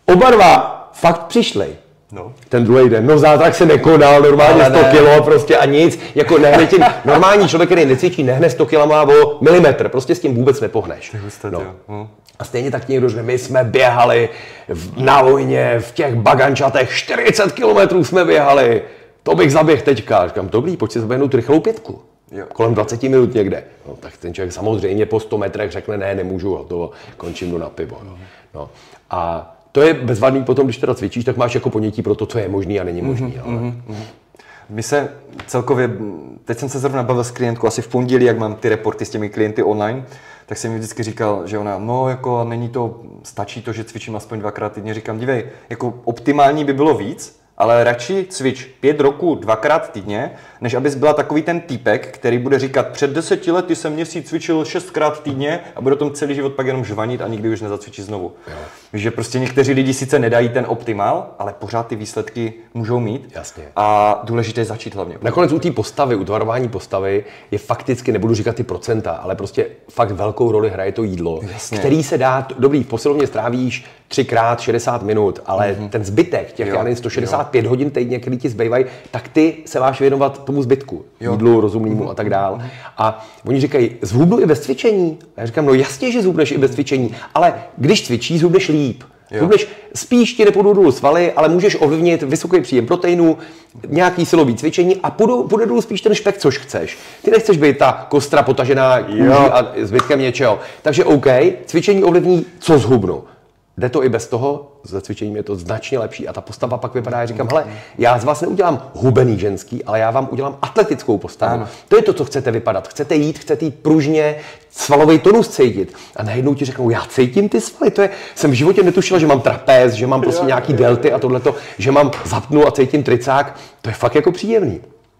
Speaker 2: Oba dva fakt přišli.
Speaker 1: No.
Speaker 2: Ten druhý den, no zázrak se nekonal, normálně ale sto ne. kilo prostě a nic, jako nehne tím, normální člověk, který necvičí, nehne sto kilama o milimetr, prostě s tím vůbec nepohneš. No. Hm. A stejně tak někdo řekne, my jsme běhali v, na vojně, v těch bagančatech, čtyřicet kilometrů jsme běhali, to bych zaběhl teďka. Říkám, dobrý, pojď si zaběhnout rychlou pětku. Jo. Kolem dvacet minut někde. No, tak ten člověk samozřejmě po sto metrech řekne, ne, nemůžu, hotovo, končím, jdu na pivo. No. No. A to je bezvadný potom, když teda cvičíš, tak máš jako ponětí pro to, co je možný a není možný. Mm-hmm, ale... mm-hmm.
Speaker 1: My se celkově, teď jsem se zrovna bavil s klientkou, asi v pondělí, jak mám ty reporty s těmi klienty online, tak jsem mi vždycky říkal, že ona, no jako není to, stačí to, že cvičím aspoň dvakrát týdně. Říkám, dívej, jako optimální by bylo víc, ale radši cvič pět roků dvakrát týdně, než abys byla takový ten týpek, který bude říkat, před deseti lety jsem měsíc cvičil šestkrát týdně a bude o tom celý život pak jenom žvanit a nikdy už nezacvičí znovu. Jo. Že prostě někteří lidi sice nedají ten optimál, ale pořád ty výsledky můžou mít.
Speaker 2: Jasně.
Speaker 1: A důležité je začít hlavně.
Speaker 2: Nakonec u té postavy, u tvarování postavy je fakticky, nebudu říkat ty procenta, ale prostě fakt velkou roli hraje to jídlo, Jasně. který se dá, dobrý, v posilovně strávíš třikrát šedesát minut, ale mm-hmm. ten zbytek, těch já nevím, sto šedesát pět jo. hodin týdně, který ti zbývají, tak ty se máš věnovat tomu zbytku, jo. jídlu, rozumnému mm-hmm. a tak dál. Mm-hmm. A oni říkají, zhubnu i bez cvičení. A já říkám, no jasně, že zhubneš i bez cvičení, ale když cvičíš, zhubneš líp. Zhubneš, spíš ti nepůjdu dolů svaly, ale můžeš ovlivnit vysoký příjem proteinů, nějaký silový cvičení a půjdu, půjde dolů spíš ten špek, což chceš. Ty nechceš být ta kostra potažená kůží a zbytkem něčeho. Takže OK, cvičení ovlivní, co zhubnu. Jde to i bez toho, se cvičením je to značně lepší a ta postava pak vypadá, já říkám, hele, já z vás neudělám hubený ženský, ale já vám udělám atletickou postavu. Ano. To je to, co chcete vypadat. Chcete jít, chcete jít pružně, svalový tonus cítit. A najednou ti řeknou, já cítím ty svaly, to je, jsem v životě netušila, že mám trapéz, že mám prostě nějaký delty a tohleto, že mám zapnu a cítím tricák. To je fakt jako příjemný.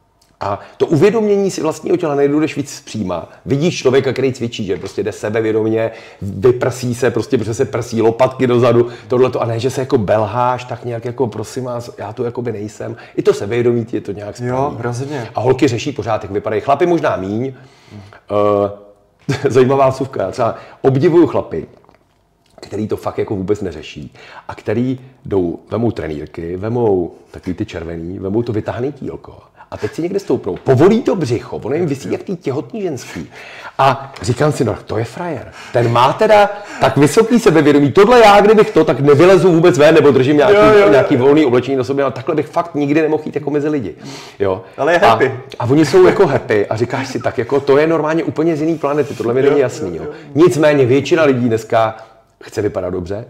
Speaker 2: A to uvědomění si vlastního těla nejdůlež víc přijímá. Vidíš člověka, který cvičí, že prostě jde sebevědomě, vyprsí se, prostě protože se prsí lopatky dozadu, tohleto, a ne, že se jako belháš, tak nějak jako prosím vás, já tu jakoby nejsem. I to sebevědomí je to nějak správný.
Speaker 1: Jo, rozhodně.
Speaker 2: A holky řeší pořád, jak vypadají. Chlapy možná míň. Uh, zajímavá vsuvka. Třeba obdivuju chlapy, který to fakt jako vůbec neřeší a který jdou, vemou trenýrky, vemou takový ty červený, vemou to vytáhný tílko. A teď si někde stoupnou, povolí to břicho, ono jim visí jak tý těhotný ženský. A říkám si, no to je frajer. Ten má teda tak vysoký sebevědomí. Tohle já, kdybych to, tak nevylezu vůbec ven, nebo držím nějaký, jo, jo. nějaký volný oblečení na sobě, ale takhle bych fakt nikdy nemohl jít jako mezi lidi. Jo.
Speaker 1: Ale je happy.
Speaker 2: A, a oni jsou jako happy a říkáš si, tak jako to je normálně úplně z jiný planety, tohle mi není jasný. Jo. Jo. Nicméně většina lidí dneska chce vypadat dobře.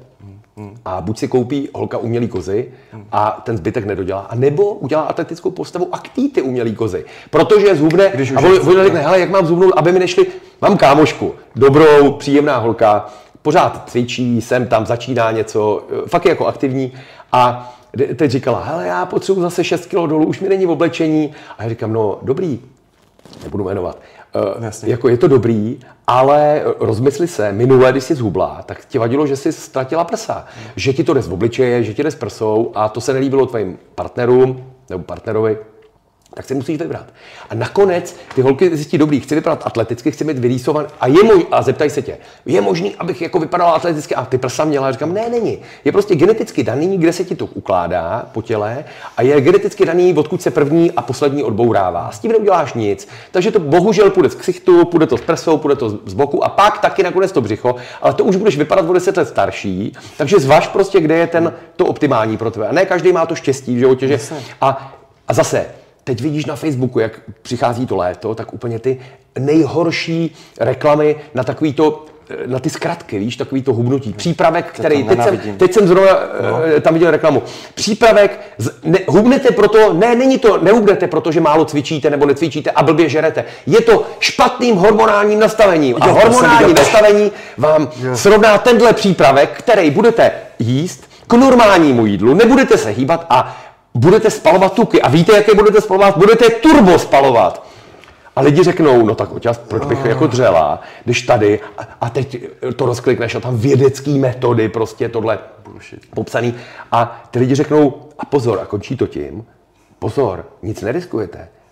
Speaker 2: A buď si koupí holka umělý kozy a ten zbytek nedodělá, a nebo udělá atletickou postavu a ktí ty umělý kozy. Protože zhubne, a on řekne, hele, jak mám zhubnout, aby mi nešli, mám kámošku, dobrou, příjemná holka, pořád cvičí, sem tam, začíná něco, fakt je jako aktivní a teď říkala, hele, já potřebuji zase šest kilo dolů, už mi není v oblečení. A já říkám, no dobrý, nebudu jmenovat. Uh, jako je to dobrý, ale rozmysli se, minule, když jsi zhubla, tak ti vadilo, že jsi ztratila prsa. Hmm. Že ti to jde z obličeje, že ti jde z prsou a to se nelíbilo tvým partnerům nebo partnerovi, tak si musíš vybrat. A nakonec ty holky zjistí, dobrý, chci vypadat atleticky, chci mít vyrýsovan a je možný, a zeptají se tě, je možný, abych jako vypadala atleticky a ty prsa měla? A říkám, ne, není. Je prostě geneticky daný, kde se ti to ukládá po těle a je geneticky daný, odkud se první a poslední odbourává. S tím neuděláš nic. Takže to bohužel půjde z ksichtu, půjde to z prsou, půjde to z boku a pak taky nakonec to břicho, ale to už budeš vypadat o deset let starší, takže zvaž prostě, kde je ten to optimální pro tebe. A ne každý má to štěstí v životě, že a, a zase teď vidíš na Facebooku, jak přichází to léto, tak úplně ty nejhorší reklamy na takový to, na ty zkratky, víš, takový to hubnutí. Přípravek, který, teď jsem, teď jsem zrovna no. tam viděl reklamu. Přípravek, ne, hubnete proto, ne, není to, nehubnete proto, že málo cvičíte nebo necvičíte a blbě žerete. Je to špatným hormonálním nastavením. A hormonální nastavení vám jo. srovná tenhle přípravek, který budete jíst k normálnímu jídlu, nebudete se hýbat a budete spalovat tuky. A víte, jaké budete spalovat? Budete turbo spalovat. A lidi řeknou, no tak oťas, proč bych jako dřela, když tady, a teď to rozklikneš a tam vědecký metody, prostě tohle popsaný. A ty lidi řeknou, a pozor, a končí to tím, pozor, nic neriskujete.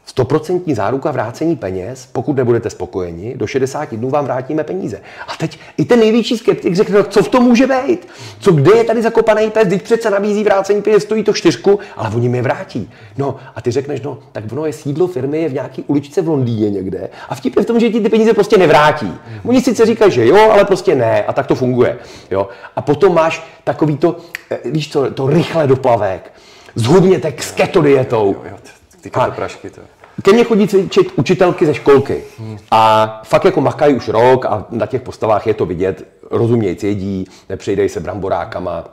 Speaker 2: stoprocentní záruka vrácení peněz, pokud nebudete spokojeni, do šedesáti dnů vám vrátíme peníze. A teď i ten největší skeptik řekne, co v tom může být? Co, kde je tady zakopaný pes? Teď přece nabízí vrácení peněz, stojí to čtyřku, ale oni mi je vrátí. No a ty řekneš, no tak ono je sídlo firmy je v nějaký uličce v Londýně někde a vtip je v tom, že ti ty peníze prostě nevrátí. Oni sice říkají, že jo, ale prostě ne a tak to funguje. Jo? A potom máš takový to, víš co, to rychle doplavek, zhubněte s keto dietou.
Speaker 1: Ty ketoprašky to.
Speaker 2: Ke mně chodí cvičit učitelky ze školky a fakt jako makají už rok a na těch postavách je to vidět, rozumějc jedí, nepřejdej se bramborákama,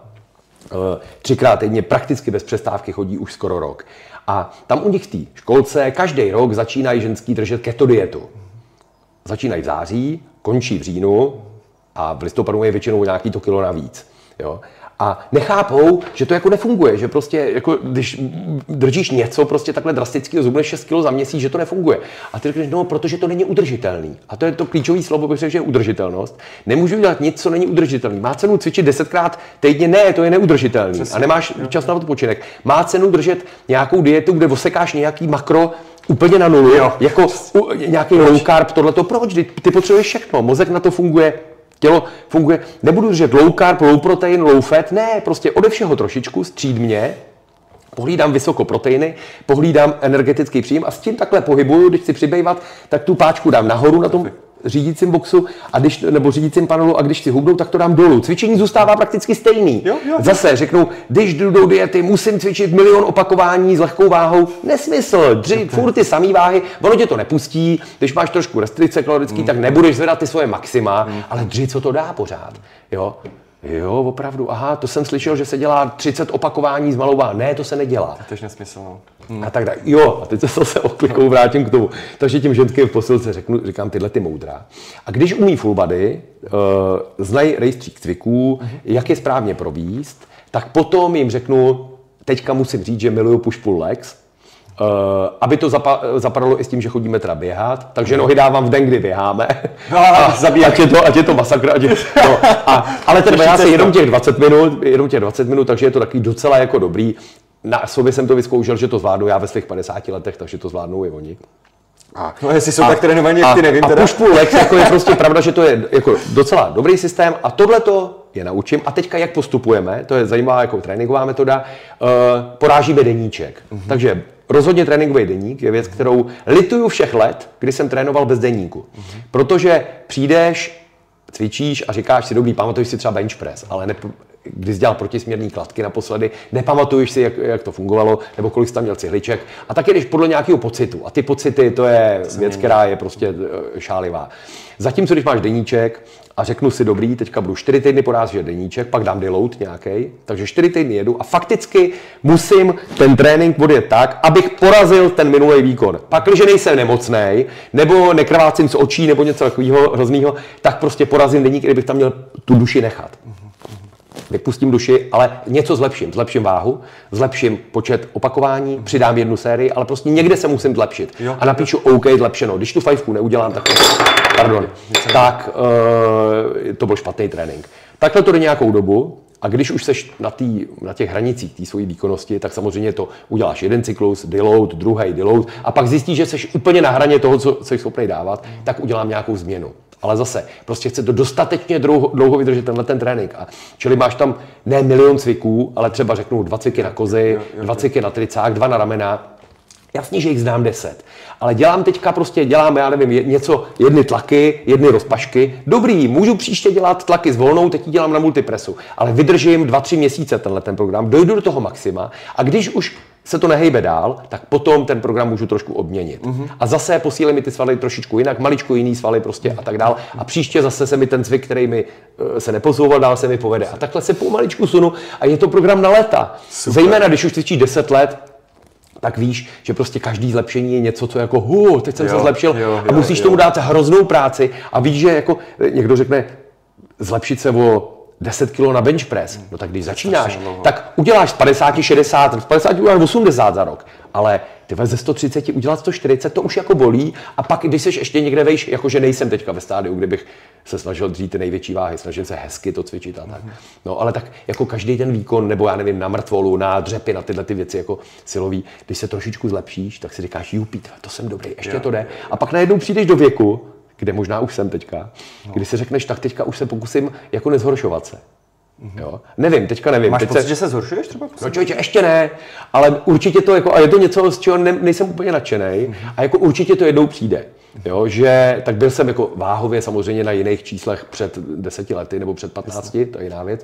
Speaker 2: třikrát týdně prakticky bez přestávky chodí už skoro rok. A tam u nich v té školce každý rok začínají ženský držet keto dietu. Začínají v září, končí v říjnu a v listopadu je většinou nějaký to kilo navíc. Jo? A nechápou, že to jako nefunguje, že prostě jako když držíš něco prostě takhle drastického, zhubneš šest kilo za měsíc, že to nefunguje. A ty řekneš, no, protože to není udržitelný. A to je to klíčové slovo, bych řekl, že je udržitelnost. Nemůžu dělat nic, co není udržitelný. Má cenu cvičit desetkrát týdně, ne, to je neudržitelný. Přesně. A nemáš čas na odpočinek. Má cenu držet nějakou dietu, kde osekáš nějaký makro úplně na nulu, jo. Jako u, nějaký low carb, tohleto. Proč? Ty potřebuješ všechno, mozek na to funguje. Tělo funguje, nebudu držet low carb, low protein, low fat, ne, prostě ode všeho trošičku, střídmě, pohlídám vysokoproteiny, pohlídám energetický příjem a s tím takhle pohybuju, když chci přibývat, tak tu páčku dám nahoru na tom řídícím boxu a když, nebo řídícím panelu a když si hubnou, tak to dám dolů. Cvičení zůstává prakticky stejný. Jo, jo. Zase řeknu, když jdu do diety, musím cvičit milion opakování s lehkou váhou. Nesmysl, dři, furt ty samý váhy, ono tě to nepustí, když máš trošku restrikce kalorický, mm. tak nebudeš zvedat ty svoje maxima, mm. ale dři, co to dá pořád. Jo? Jo, opravdu, aha, to jsem slyšel, že se dělá třicet opakování z malou váhou. Ne, to se nedělá.
Speaker 1: To je nesmysl, no. Hmm.
Speaker 2: A tak dále. Jo, a teď se zase oklikou vrátím k tomu. Takže tím ženským v posilce řeknu, říkám tyhle ty moudra. A když umí full body, uh, znají rejstřík cviků, uh-huh. jak je správně províst, tak potom jim řeknu, teďka musím říct, že miluju push-pull legs, uh, aby to zapa- zapadalo i s tím, že chodíme teda běhat, takže nohy dávám v den, kdy běháme. No, a, ať, je to, ať je to masakr. Ať je, no, a, ale ten běhá se jenom těch dvacet minut, jenom těch dvacet minut, takže je to taky docela jako dobrý. Na sobě jsem to vyzkoušel, že to zvládnu já ve svých padesáti letech, takže to zvládnou i oni.
Speaker 1: A, no jestli jsou a, tak trénovaní, jak ty nevím
Speaker 2: a
Speaker 1: teda. A
Speaker 2: push-pull legs jako je prostě pravda, že to je jako docela dobrý systém a tohleto je naučím. A teďka jak postupujeme, to je zajímavá jako tréninková metoda, uh, porážíme deníček. Mm-hmm. Takže rozhodně tréninkový deník je věc, kterou lituju všech let, kdy jsem trénoval bez deníku. Mm-hmm. Protože přijdeš, cvičíš a říkáš si, dobrý, pamatuješ si třeba bench press, ale ne, když jsi dělal protisměrný kladky naposledy, nepamatuješ si, jak, jak to fungovalo, nebo kolik jsi tam měl cihliček. A tak jdeš podle nějakého pocitu. A ty pocity, to je věc, která je prostě šálivá. Zatímco, když máš deníček a řeknu si, dobrý, teďka budu čtyři týdny porážet deníček, pak dám deload nějaký, takže čtyři týdny jedu a fakticky musím ten trénink odjet tak, abych porazil ten minulý výkon. Pak, když nejsem nemocnej, nebo nekrvácím z očí, nebo něco takového hroznýho, tak prostě porazím deník, kdybych tam měl tu duši nechat. Vypustím duši, ale něco zlepším. Zlepším váhu, zlepším počet opakování, přidám jednu sérii, ale prostě někde se musím zlepšit. Jo, a napíšu OK, zlepšeno. Když tu fajfku neudělám, tak, pardon, tak uh, to byl špatný trénink. Takhle to jde nějakou dobu a když už seš na, tý, na těch hranicích té svojí výkonnosti, tak samozřejmě to uděláš jeden cyklus, deload, druhý deload a pak zjistíš, že seš úplně na hraně toho, co jsi schopný dávat, tak udělám nějakou změnu. Ale zase, prostě chce to dostatečně dlouho, dlouho vydržet tenhle ten trénink. A čili máš tam ne milion cviků, ale třeba řeknu dva cviky na kozy, jo, jo, dva cviky na tricák, dva na ramena. Jasně, že jich znám deset. Ale dělám teďka prostě, dělám, já nevím, něco, jedny tlaky, jedny rozpašky. Dobrý, můžu příště dělat tlaky s volnou, teď dělám na multipresu. Ale vydržím dva, tři měsíce tenhle ten program, dojdu do toho maxima a když už se to nehejbe dál, tak potom ten program můžu trošku obměnit. Mm-hmm. A zase posílím mi ty svaly trošičku jinak, maličko jiný svaly prostě a tak dál. A příště zase se mi ten cvik, který mi uh, se neposouval, dál se mi povede. A takhle se pomaličku sunu a je to program na léta. Super. Zejména, když už cvičíš deset let, tak víš, že prostě každý zlepšení je něco, co jako hu, teď jsem jo, se zlepšil jo, jo, a musíš jo. tomu dát hroznou práci a víš, že jako někdo řekne zlepšit se o deset kilo na bench press. No tak když začínáš, tak uděláš z padesáti šedesát, z padesáti uděláš osmdesát za rok. Ale ty ze sto třicet udělat sto čtyřicet, to už jako bolí. A pak, když jsi ještě někde vejš, jakože nejsem teďka ve stádiu, kdybych se snažil dřít ty největší váhy, snažil se hezky to cvičit a tak. No ale tak jako každý ten výkon, nebo já nevím, na mrtvolu, na dřepy, na tyhle ty věci jako silový, když se trošičku zlepšíš, tak si říkáš, jupí, to jsem dobrý, ještě to jde. A pak najednou přijdeš do věku, kde možná už jsem teďka, kdy si řekneš, tak teďka už se pokusím jako nezhoršovat se. Jo? Nevím, teďka nevím.
Speaker 1: Máš
Speaker 2: Teď
Speaker 1: pocit,
Speaker 2: se...
Speaker 1: že se zhoršuješ třeba?
Speaker 2: No člověče, ještě ne, ale určitě to jako, a je to něco, z čeho ne, nejsem úplně nadšenej, mm-hmm. a jako určitě to jednou přijde. Jo, že tak byl jsem jako váhově samozřejmě na jiných číslech před deseti lety nebo před patnácti, to je jiná věc.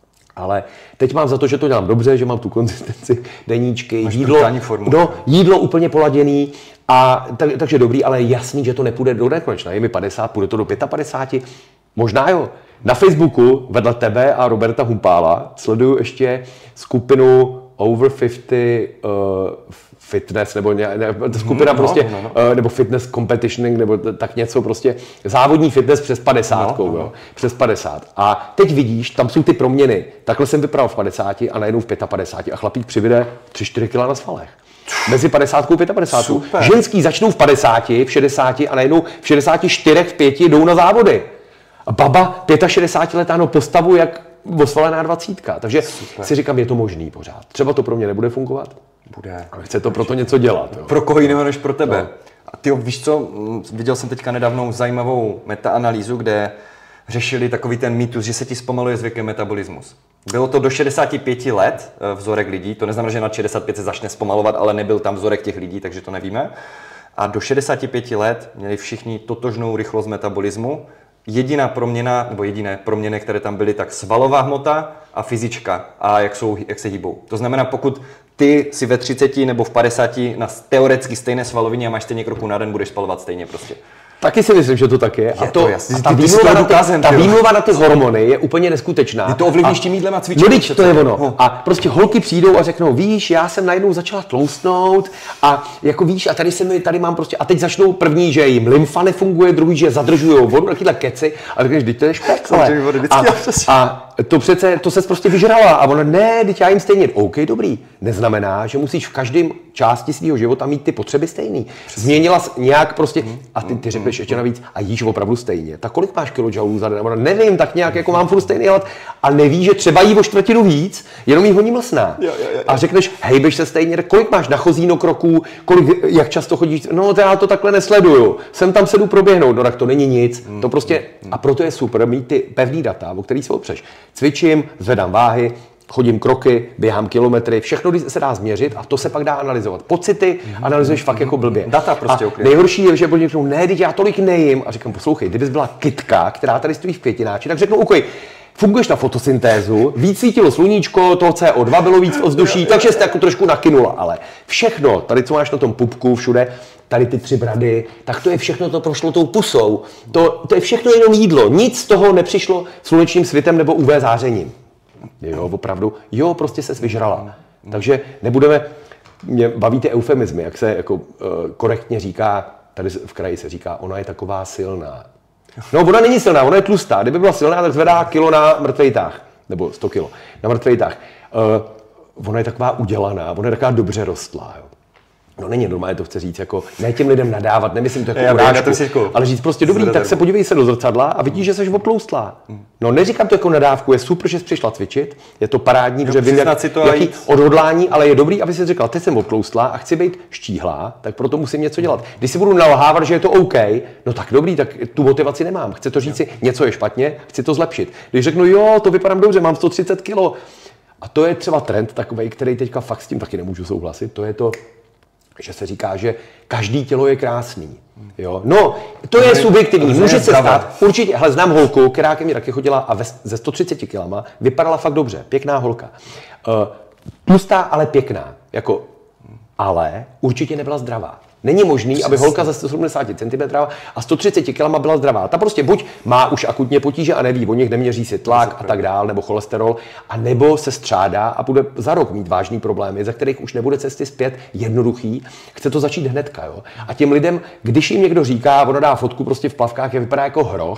Speaker 2: Ale teď mám za to, že to dělám dobře, že mám tu konzistenci, deníčky,
Speaker 1: máš
Speaker 2: jídlo, no, jídlo úplně poladěný, a tak, takže dobrý, ale je jasný, že to nepůjde do nekonečna. Je mi padesát, půjde to do padesát pět, možná jo. Na Facebooku vedle tebe a Roberta Humpála sleduju ještě skupinu Over padesát uh, Fitness, nebo ně, ne, skupina no, prostě, no, no. Uh, nebo Fitness Competitioning, nebo tak něco prostě, závodní fitness přes padesát, no, no, no. přes padesát. A teď vidíš, tam jsou ty proměny. Takhle jsem vypadal v padesáti a najednou v padesát pěti a chlapík přivyde tři čtyři kila na svalech. Mezi padesátkou a padesátkou. Ženský začnou v padesáti, v šedesáti a najednou v šedesáti čtyřech, v pěti jdou na závody. A baba šedesátiletá, no postavu jak osvalená dvacítka. Takže super. Si říkám, je to možný pořád. Třeba to pro mě nebude fungovat.
Speaker 1: Bude.
Speaker 2: Ale chce to proto něco dělat. Jo.
Speaker 1: Pro koho jiného než pro tebe. No. A ty víš co, viděl jsem teďka nedávnou zajímavou metaanalýzu, kde řešili takový ten mýtus, že se ti zpomaluje s věkem metabolismus. Bylo to do šedesáti pěti let vzorek lidí, to neznamená, že na šedesát pět se začne zpomalovat, ale nebyl tam vzorek těch lidí, takže to nevíme. A do šedesáti pěti let měli všichni totožnou rychlost metabolismu. Jediná proměna, nebo jediné proměny, které tam byly, tak svalová hmota a fyzička a jak, jsou, jak se hýbou. To znamená, pokud ty si ve třiceti nebo v padesáti na teoreticky stejné svalovině a máš stejně kroků na den, budeš spalovat stejně prostě.
Speaker 2: Taky si myslím, že to tak je.
Speaker 1: je
Speaker 2: a to,
Speaker 1: to jasný.
Speaker 2: A ta výmluva na, ty, ta výmluva na ty hormony je úplně neskutečná.
Speaker 1: Ty to ovlivníš tím jídlem a cvičením.
Speaker 2: No, to je ono. No. A prostě holky přijdou a řeknou, víš, já jsem najednou začala tloustnout a jako víš, a tady se mi, tady mám prostě, a teď začnou první, že jim lymfa nefunguje, druhý, že zadržujou vodu, takovýhle keci, a řekneš, teď to je špekle. A, a to přece, to ses prostě vyžrala a ona, ne, teď já jim stejně. OK, dobrý. Neznamená, že musíš v každém části svého života mít ty potřeby stejný. Změnila jsi nějak prostě, a ty, ty řekneš ještě navíc, a jíš opravdu stejně. Tak kolik máš kilojoulů za den? Ona, nevím, tak nějak jako mám furt stejný hlad a neví, že třeba jí o čtvrtinu víc, jenom jí honí mlsná. Jo, jo, jo. A řekneš, hejbeš se stejně, kolik máš na chozíno kroků, kolik, jak často chodíš, no to já to takhle nesleduju, jsem tam se jdu proběhnout, no tak to není nic, mm, to prostě, mm, a proto je super mít ty pevný data, o kterých se opřeš. Cvičím, zvedám váhy, chodím kroky, běhám kilometry, všechno se dá změřit a to se pak dá analyzovat. Pocity mm-hmm. analyzuješ fakt jako blbě.
Speaker 1: Data prostě.
Speaker 2: A nejhorší je, že oni řeknou, ne, teď já tolik nejím. A říkám, poslouchej, kdybys byla kytka, která tady stojí v květináči, tak řeknu, OK, funguješ na fotosyntézu, víc svítilo sluníčko, toho C O dva bylo víc v ovzduší, takže jste jako trošku nakynula, ale všechno, tady co máš na tom pupku všude, tady ty tři brady, tak to je všechno, to prošlo tou pusou. To, to je všechno jenom jídlo, nic z toho nepřišlo slunečním svitem nebo U V zářením. Jo, opravdu, jo, prostě se vyžrala. Takže nebudeme, mě baví ty eufemizmy, jak se jako uh, korektně říká, tady v kraji se říká, ona je taková silná. No, ona není silná, ona je tlustá. Kdyby byla silná, tak zvedá kilo na mrtvej tah, nebo sto kilo na mrtvej tah. Uh, ona je taková udělaná, ona je taková dobře rostlá. Jo. No není normálně, to chce říct, jako ne těm lidem nadávat, nemyslím to jako urážku, ale říct prostě dobrý, tak se podívej se do zrcadla a vidíš, že jsi obtloustlá. No neříkám to jako nadávku, je super, že jsi přišla cvičit, je to parádní, protože vím, jak, jaký odhodlání, ale je dobrý, aby si řekla, teď jsem obtloustlá a chci být štíhlá, tak proto musím něco dělat. Když si budu nalhávat, že je to OK, no tak dobrý, tak tu motivaci nemám. Chci to říct si, něco je špatně, chci to zlepšit. Když řeknu, jo, to vypadám dobře, mám sto třicet kilo. A to je třeba trend takovej, který teďka fakt s tím taky nemůžu souhlasit, to je to, že se říká, že každý tělo je krásný. Jo? No, to je subjektivní, může se stát. Určitě, hele, znám holku, která ke mně taky chodila a ve, ze sto třicet kilama vypadala fakt dobře, pěkná holka. Uh, tlustá, ale pěkná. Jako, ale určitě nebyla zdravá. Není možný, aby holka ze sto sedmdesát centimetrů a sto třicet kilama byla zdravá. Ta prostě buď má už akutně potíže a neví, o nich neměří si tlak a tak dál, nebo cholesterol, a nebo se střádá a bude za rok mít vážný problémy, ze kterých už nebude cesty zpět jednoduchý. Chce to začít hnedka, jo. A těm lidem, když jim někdo říká, ona dá fotku prostě v plavkách, je vypadá jako hroch,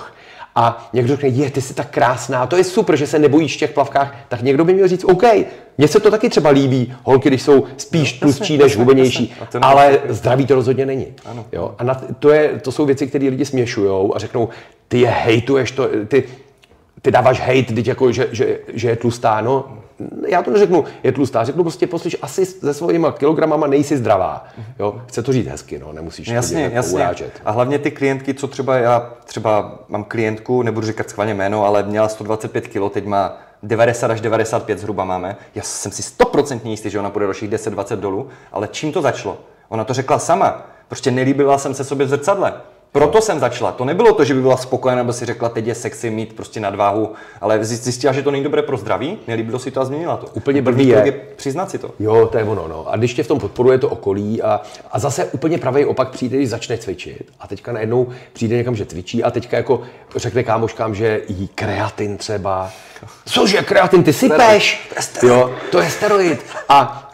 Speaker 2: A někdo řekne, je, ty jsi tak krásná, to je super, že se nebojíš v těch plavkách, tak někdo by měl říct, OK, mně se to taky třeba líbí, holky, když jsou spíš no, tlustší než hubenější, ale zdraví to rozhodně není. Ano. Jo? A na, to, je, to jsou věci, které lidi směšujou a řeknou, ty je hejtuješ, to, ty, ty dáváš hejt, teď jako, že, že, že je tlustá, no. Já to neřeknu, je tlustá, řeknu prostě, poslyš, asi se svými kilogramama nejsi zdravá. Jo? Chce to říct hezky, no, nemusíš
Speaker 1: jasně,
Speaker 2: jako
Speaker 1: jasně.
Speaker 2: urážet.
Speaker 1: A hlavně ty klientky, co třeba já, třeba mám klientku, nebudu říkat schválně jméno, ale měla sto dvacet pět kilo, teď má devadesát až devadesát pět zhruba máme. Já jsem si sto procent jistý, že ona půjde dalších deset dvacet dolů, ale čím to začalo? Ona to řekla sama, prostě nelíbila jsem se sobě v zrcadle. Proto jsem začala. To nebylo to, že by byla spokojená, nebo si řekla, teď je sexy mít prostě nadváhu, ale zjistila, že to není dobré pro zdraví, nelíbilo si to a změnila to.
Speaker 2: Úplně blbý je.
Speaker 1: je přiznat si to.
Speaker 2: Jo, to je ono, no. A když tě v tom podporuje to okolí a, a zase úplně pravý opak přijde, když začne cvičit a teďka najednou přijde někam, že cvičí a teďka jako řekne kámoškám, že jí kreatin třeba. Cože, kreatin, ty sypeš? Jo, to je steroid. A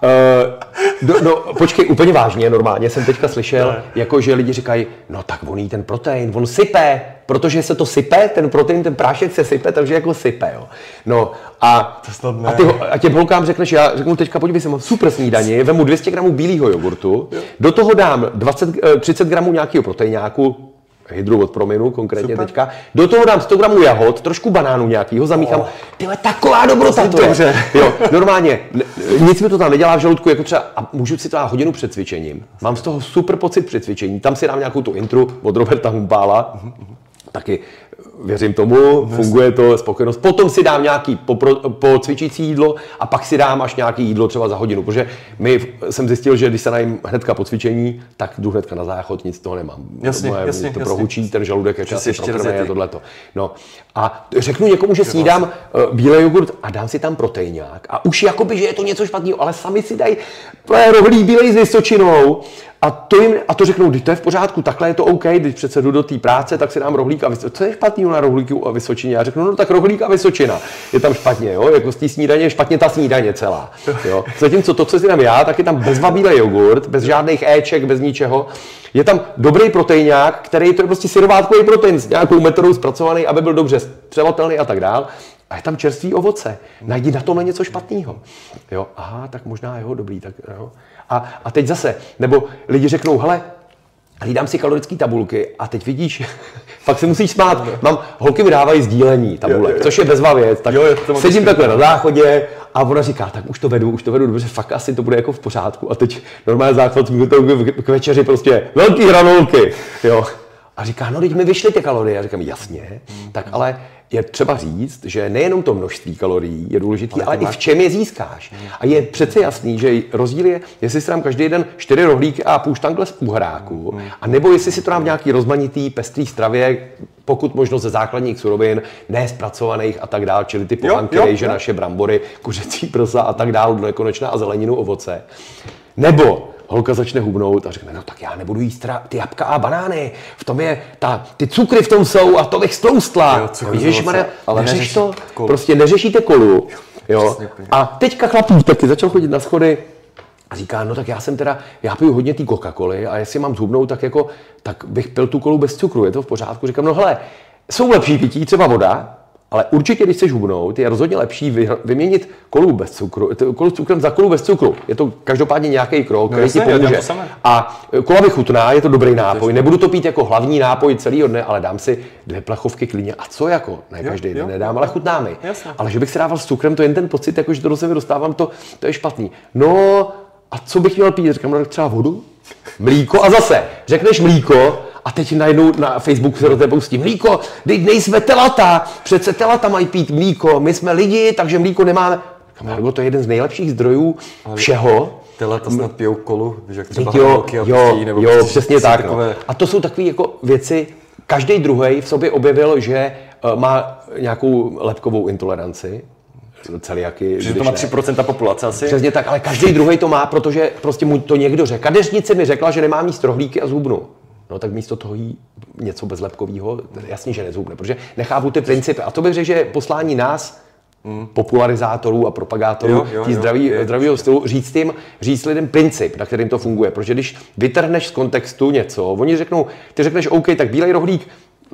Speaker 2: uh, do, do, počkej, úplně vážně, normálně jsem teďka slyšel, ne. jako že lidi říkají, no tak on jí ten protein, on sype, protože se to sype, ten protein, ten prášek se sype, takže jako sype, jo. No a, a, ty, a těm holkám řekneš, já řeknu teďka, podívej se, mám super snídani, vemu dvě stě gramů bílého jogurtu, jo. do toho dám dvacet, třicet gramů nějakého proteináku, hydru od prominu konkrétně super. Teďka. Do toho dám sto gramů jahod, trošku banánu nějakýho, zamíchám. Oh. Tyhle, taková dobrota to je. Jo, normálně, nic mi to tam nedělá v žaludku, jako třeba, a můžu si to dát hodinu před cvičením. Mám z toho super pocit před cvičením. Tam si dám nějakou tu intru od Roberta Humpála. Taky věřím tomu, funguje to, spokojenost. Potom si dám nějaký popro, po cvičící jídlo a pak si dám až nějaký jídlo třeba za hodinu, protože my jsem zjistil, že když se najím hnedka po cvičení, tak jdu hnedka na záchod, nic z toho nemám.
Speaker 1: Jasně,
Speaker 2: Moje,
Speaker 1: jasně,
Speaker 2: to
Speaker 1: jasně.
Speaker 2: prohučí ten žaludek, jak
Speaker 1: si ještě
Speaker 2: je tohleto. No. A řeknu někomu, že snídám uh, bílý jogurt a dám si tam proteinák a už jakoby, že je to něco špatného, ale sami si dají rohlík bílej s vysočinou. A to, jim, a to řeknou, když to je v pořádku, takhle je to OK, když přece jdu do té práce, tak si dám rohlík a vysočina. Co je špatného na rohlíku a vysočině? Já řeknu, no tak rohlík a vysočina. Je tam špatně, jo? Jako z té snídaně je špatně ta snídaně celá. Jo? Zatímco to, co si dám já, tak je tam bezvabílej jogurt, bez žádných éček, bez ničeho. Je tam dobrý proteinák, který to je prostě syrovátkový protein s nějakou metodou zpracovaný, aby byl dobře střevatelný a tak dál. A je tam čerstvý ovoce. Najdi na tom něco špatného. Jo, aha, tak možná jo, dobrý, tak jo. A, a teď zase, nebo lidi řeknou, hele, hlídám si kalorické tabulky a teď vidíš, fakt se musíš smát, mám, holky mi dávají sdílení tabulek, jo, jo, což je bezvá věc, tak jo, sedím takhle na záchodě a ona říká, tak už to vedu, už to vedu, dobře, fakt asi to bude jako v pořádku a teď normálně základ k večeři prostě velký hranolky, jo. A říká, no teď mi vyšly ty kalorie. Já říkám, jasně, hmm. tak ale je třeba říct, že nejenom to množství kalorií je důležité, ale, ale i v čem je získáš. Hmm. A je přece jasný, že rozdíl je, jestli si dám každý den čtyři rohlíky a půl štangle z půhráku, hmm. a nebo jestli si to dám v nějaký rozmanitý, pestrý stravě, pokud možno ze základních surovin, nezpracovaných a tak dál, čili ty pohanky, rejže, naše brambory, kuřecí prsa a tak dál, do nekonečna a zeleninu, ovoce. Nebo holka začne hubnout a řekne, no tak já nebudu jíst ty jabka a banány, v tom je, ta, ty cukry v tom jsou a to bych stloustla. Ježišmarja, ale neřeš to, kolu. Prostě neřešíte kolu. Jo. A teďka chlapík taky začal chodit na schody a říká, no tak já jsem teda, já piju hodně té Coca-Coly a jestli mám zhubnout, tak jako, tak bych pil tu kolu bez cukru, je to v pořádku. Říkám, no hele, jsou lepší pití, třeba voda, ale určitě, když chceš hubnout, je rozhodně lepší vyměnit kolu bez cukru, kolu s cukrem za kolu bez cukru. Je to každopádně nějaký krok, který ti pomůže. A kola mi chutná, je to dobrý nápoj. Nebudu to pít jako hlavní nápoj celý dne, ale dám si dvě plechovky klidně. A co jako? Ne každý den nedám, ale chutná mi. Ale že bych si dával s cukrem, to je jen ten pocit, jako že to do sebe dostávám, to, to je špatný. No a co bych měl pít? Říkám, no třeba vodu, mlíko a zase řekneš mlíko. A teď najednou na Facebooku se do tebe pustí mlíko, teď nejsme telata, přece telata mají pít mlíko, my jsme lidi, takže mlíko nemáme. Kamargo, to je jeden z nejlepších zdrojů všeho.
Speaker 1: Telata snad pijou kolu, že jak třeba
Speaker 2: jo, jo, nebo jo, přesně tak. Takové... No. A to jsou takové jako věci, každý druhej v sobě objevil, že uh, má nějakou lepkovou intoleranci. Celiaky,
Speaker 1: že to má tři procenta populace asi.
Speaker 2: Přesně tak, ale každý druhej to má, protože prostě mu to někdo řekl. Kadeřnice mi řekla, že nemá jíst rohlíky a zhubnu. No tak místo toho jí něco bezlepkového, jasně, že nezhubne, protože nechápu ty principy. A to bych řekl, že je poslání nás, mm. popularizátorů a propagátorů zdravého stylu, říct jim, říct lidem princip, na kterým to funguje. Protože když vytrhneš z kontextu něco, oni řeknou, ty řekneš OK, tak bílej rohlík,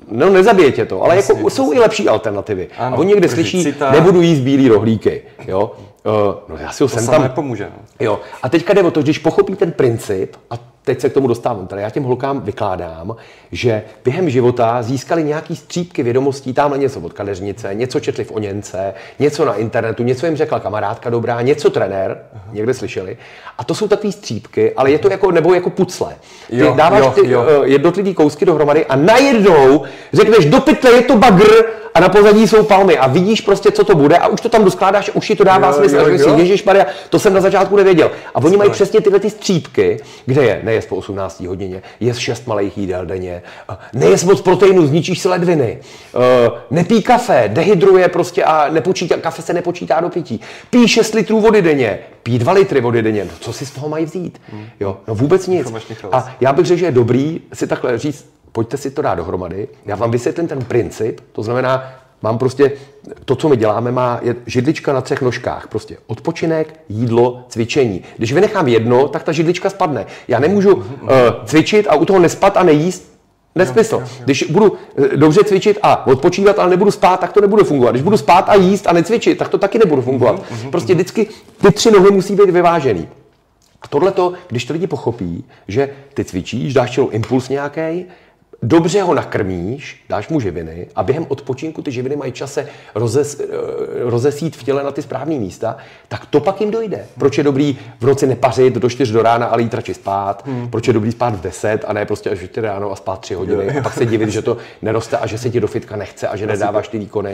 Speaker 2: no nezabije tě to, ale jasně, jako jsou i lepší alternativy. Ano, a oni někde slyší, cita... nebudu jíst bílý rohlíky, jo. Uh, no já si ho sem tam...
Speaker 1: nepomůže. No.
Speaker 2: Jo. A teďka jde o to, když pochopí ten princip, a teď se k tomu dostávám, tady já těm holkám vykládám, že během života získali nějaký střípky vědomostí, tamhle něco od kadeřnice, něco četli v Oněnce, něco na internetu, něco jim řekla kamarádka dobrá, něco trenér, uh-huh. někde slyšeli. A to jsou takové střípky, ale je to jako, nebo jako pucle. Ty jo, dáváš jo, ty jo. jednotlivý kousky dohromady a najednou řekneš do pytle, je to bagr, a na pozadí jsou palmy a vidíš prostě, co to bude a už to tam doskládáš a už ti to dává smysl. A si ježišmarja, to jsem na začátku nevěděl. A oni mají přesně tyhle ty střípky, kde je nejez po osmnácté hodině, jez šest malých jídel denně, nejez moc proteinu, zničíš si ledviny, nepí kafe, dehydruje prostě a nepočítá, kafe se nepočítá do pití, pí šest litrů vody denně, pí dva litry vody denně, no, co si z toho mají vzít? Jo, no vůbec nic. A já bych řekl, že je dobrý si takhle říct, pojďte si to dát dohromady, já vám vysvětlím ten princip, to znamená, mám prostě, to, co my děláme, má je židlička na třech nožkách, prostě odpočinek, jídlo, cvičení. Když vynechám jedno, tak ta židlička spadne. Já nemůžu uh, cvičit a u toho nespat a nejíst, nesmysl. Když budu dobře cvičit a odpočívat, ale nebudu spát, tak to nebude fungovat. Když budu spát a jíst a necvičit, tak to taky nebude fungovat. Prostě vždycky ty tři nohy musí být vyvážený. A tohleto, když to lidi pochopí, že ty cvičíš, dáš tělu impuls nějaký, dobře ho nakrmíš, dáš mu živiny a během odpočinku ty živiny mají čas se rozes, rozesít v těle na ty správné místa, tak to pak jim dojde. Proč je dobrý v noci nepařit do čtyř do rána, ale jít radši spát? Hmm. Proč je dobrý spát v deset a ne prostě až v čtyři ráno a spát tři hodiny a pak se divit, že to neroste a že se ti do fitka nechce a že nedáváš ty výkony.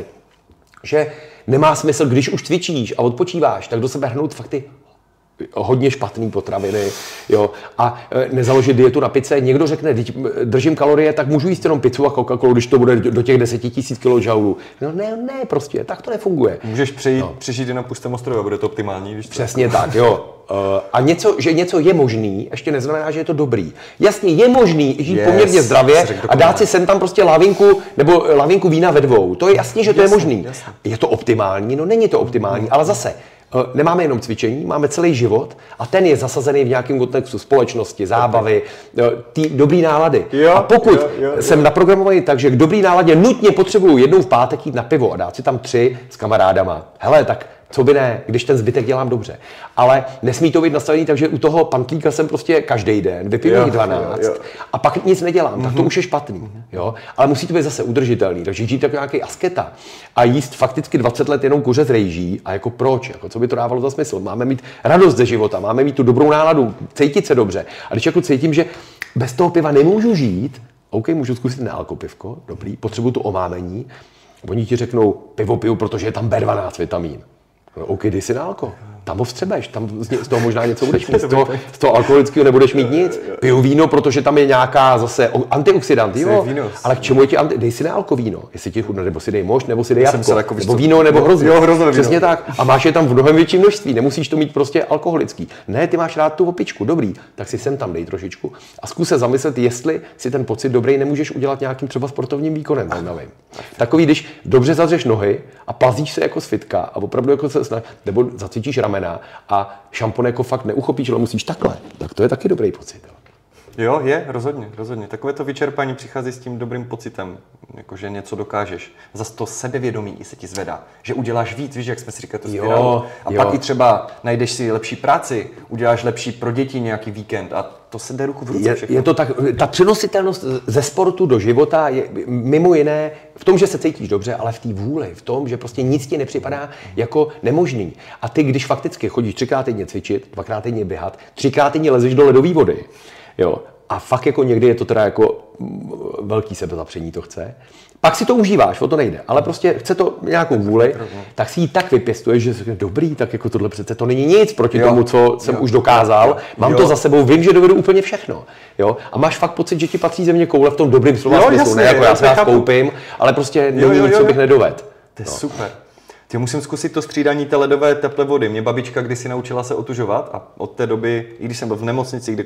Speaker 2: Že nemá smysl, když už cvičíš a odpočíváš, tak do sebe hrnout fakt ty hodně špatný potraviny, jo, a nezaložit dietu na pice. Někdo řekne, držím kalorie, tak můžu jíst jenom pizzu a Coca-Colu, když to bude do těch deseti tisíc kilojoulů. No ne, ne, prostě, tak to nefunguje.
Speaker 1: Můžeš přejít, no. přežít na pustém ostrově a bude to optimální, víš co?
Speaker 2: Přesně tak, jo. A něco, že něco je možný, ještě neznamená, že je to dobrý. Jasně, je možný žít yes, poměrně zdravě a dát si sem tam prostě lavinku nebo lavinku vína ve dvou. To je jasně, že to jasně, je možný. Jasně. Je to optimální? No není to optimální, hmm. ale zase, nemáme jenom cvičení, máme celý život a ten je zasazený v nějakém kontextu společnosti, zábavy, ty dobrý nálady. Jo, a pokud jo, jo, jo. jsem naprogramovaný tak, že k dobrý náladě nutně potřebuju jednou v pátek jít na pivo a dát si tam tři s kamarádama. Hele, tak co by ne, když ten zbytek dělám dobře. Ale nesmí to být nastavený, takže u toho pantlíka jsem prostě každý den, vypiju jich dvanáct jo, jo. a pak nic nedělám, mm-hmm. tak to už je špatný. Mm-hmm. Jo? Ale musí to být zase udržitelný, takže žít jako nějaký asketa a jíst fakticky dvacet let jenom kuře z rejží a jako proč, jako co by to dávalo za smysl. Máme mít radost ze života, máme mít tu dobrou náladu, cítit se dobře. A když jako cítím, že bez toho piva nemůžu žít, OK, můžu zkusit nealkopivko, dobrý, potřebuju to omámení, oni ti řeknou, pivo piju, protože je tam bé dvanáct vitamin. No, OK, dej si na alko. Tam ho vstřebeš, tam z toho možná něco budeš mít, z toho, z toho alkoholického nebudeš mít nic. Piju víno, protože tam je nějaká zase antioxidant, jo, ale k čemu je ti anti... Dej si na alko víno, jestli ti chudne, nebo si dej mošt, nebo si dej jabko, jako nebo víno, nebo hrozně. Jo, hrozně přesně víno. Tak. A máš je tam v mnohem větším množství, nemusíš to mít prostě alkoholický. Ne, ty máš rád tu opičku, dobrý, tak si sem tam dej trošičku a zkus se zamyslet, jestli si ten pocit dobrý nemůžeš udělat nějakým třeba sportovním výkonem. Takový, když dobře zadřeš nohy a plazíš se jako z fitka a opravdu jako se snaž, nebo zacvičíš ramena a šampon jako fakt neuchopíš, ale musíš takhle, tak to je taky dobrý pocit. Jo,
Speaker 1: jo je, rozhodně, rozhodně. Takové to vyčerpání přichází s tím dobrým pocitem, jakože něco dokážeš. Zas to sebevědomí i se ti zvedá, že uděláš víc, víš, jak jsme si říkali, to jo, a jo. pak i třeba najdeš si lepší práci, uděláš lepší pro děti nějaký víkend a to se jde ruku v ruce
Speaker 2: je,
Speaker 1: všechno.
Speaker 2: Je to tak, ta přenositelnost ze sportu do života je mimo jiné v tom, že se cítíš dobře, ale v té vůli, v tom, že prostě nic ti nepřipadá jako nemožný. A ty, když fakticky chodíš třikrát týdně cvičit, dvakrát týdně běhat, třikrát týdně lezeš do ledové vody, jo, a fakt jako někdy je to teda jako velký sebezapření to chce, pak si to užíváš, o to nejde, ale prostě chce to nějakou vůli, tak si ji tak vypěstuješ, že jsi dobrý, tak jako tohle přece to není nic proti jo. tomu, co jsem jo. už dokázal, jo. mám jo. to za sebou, vím, že dovedu úplně všechno, jo, a máš fakt pocit, že ti patří země koule v tom dobrým slova smyslu, ne jako já se vás koupím, ale prostě není nic, co bych nedovedl.
Speaker 1: To je no. super. Ty musím zkusit to střídání té ledové teplé vody. Mě babička kdysi naučila se otužovat a od té doby, i když jsem byl v nemocnici, kdykoliv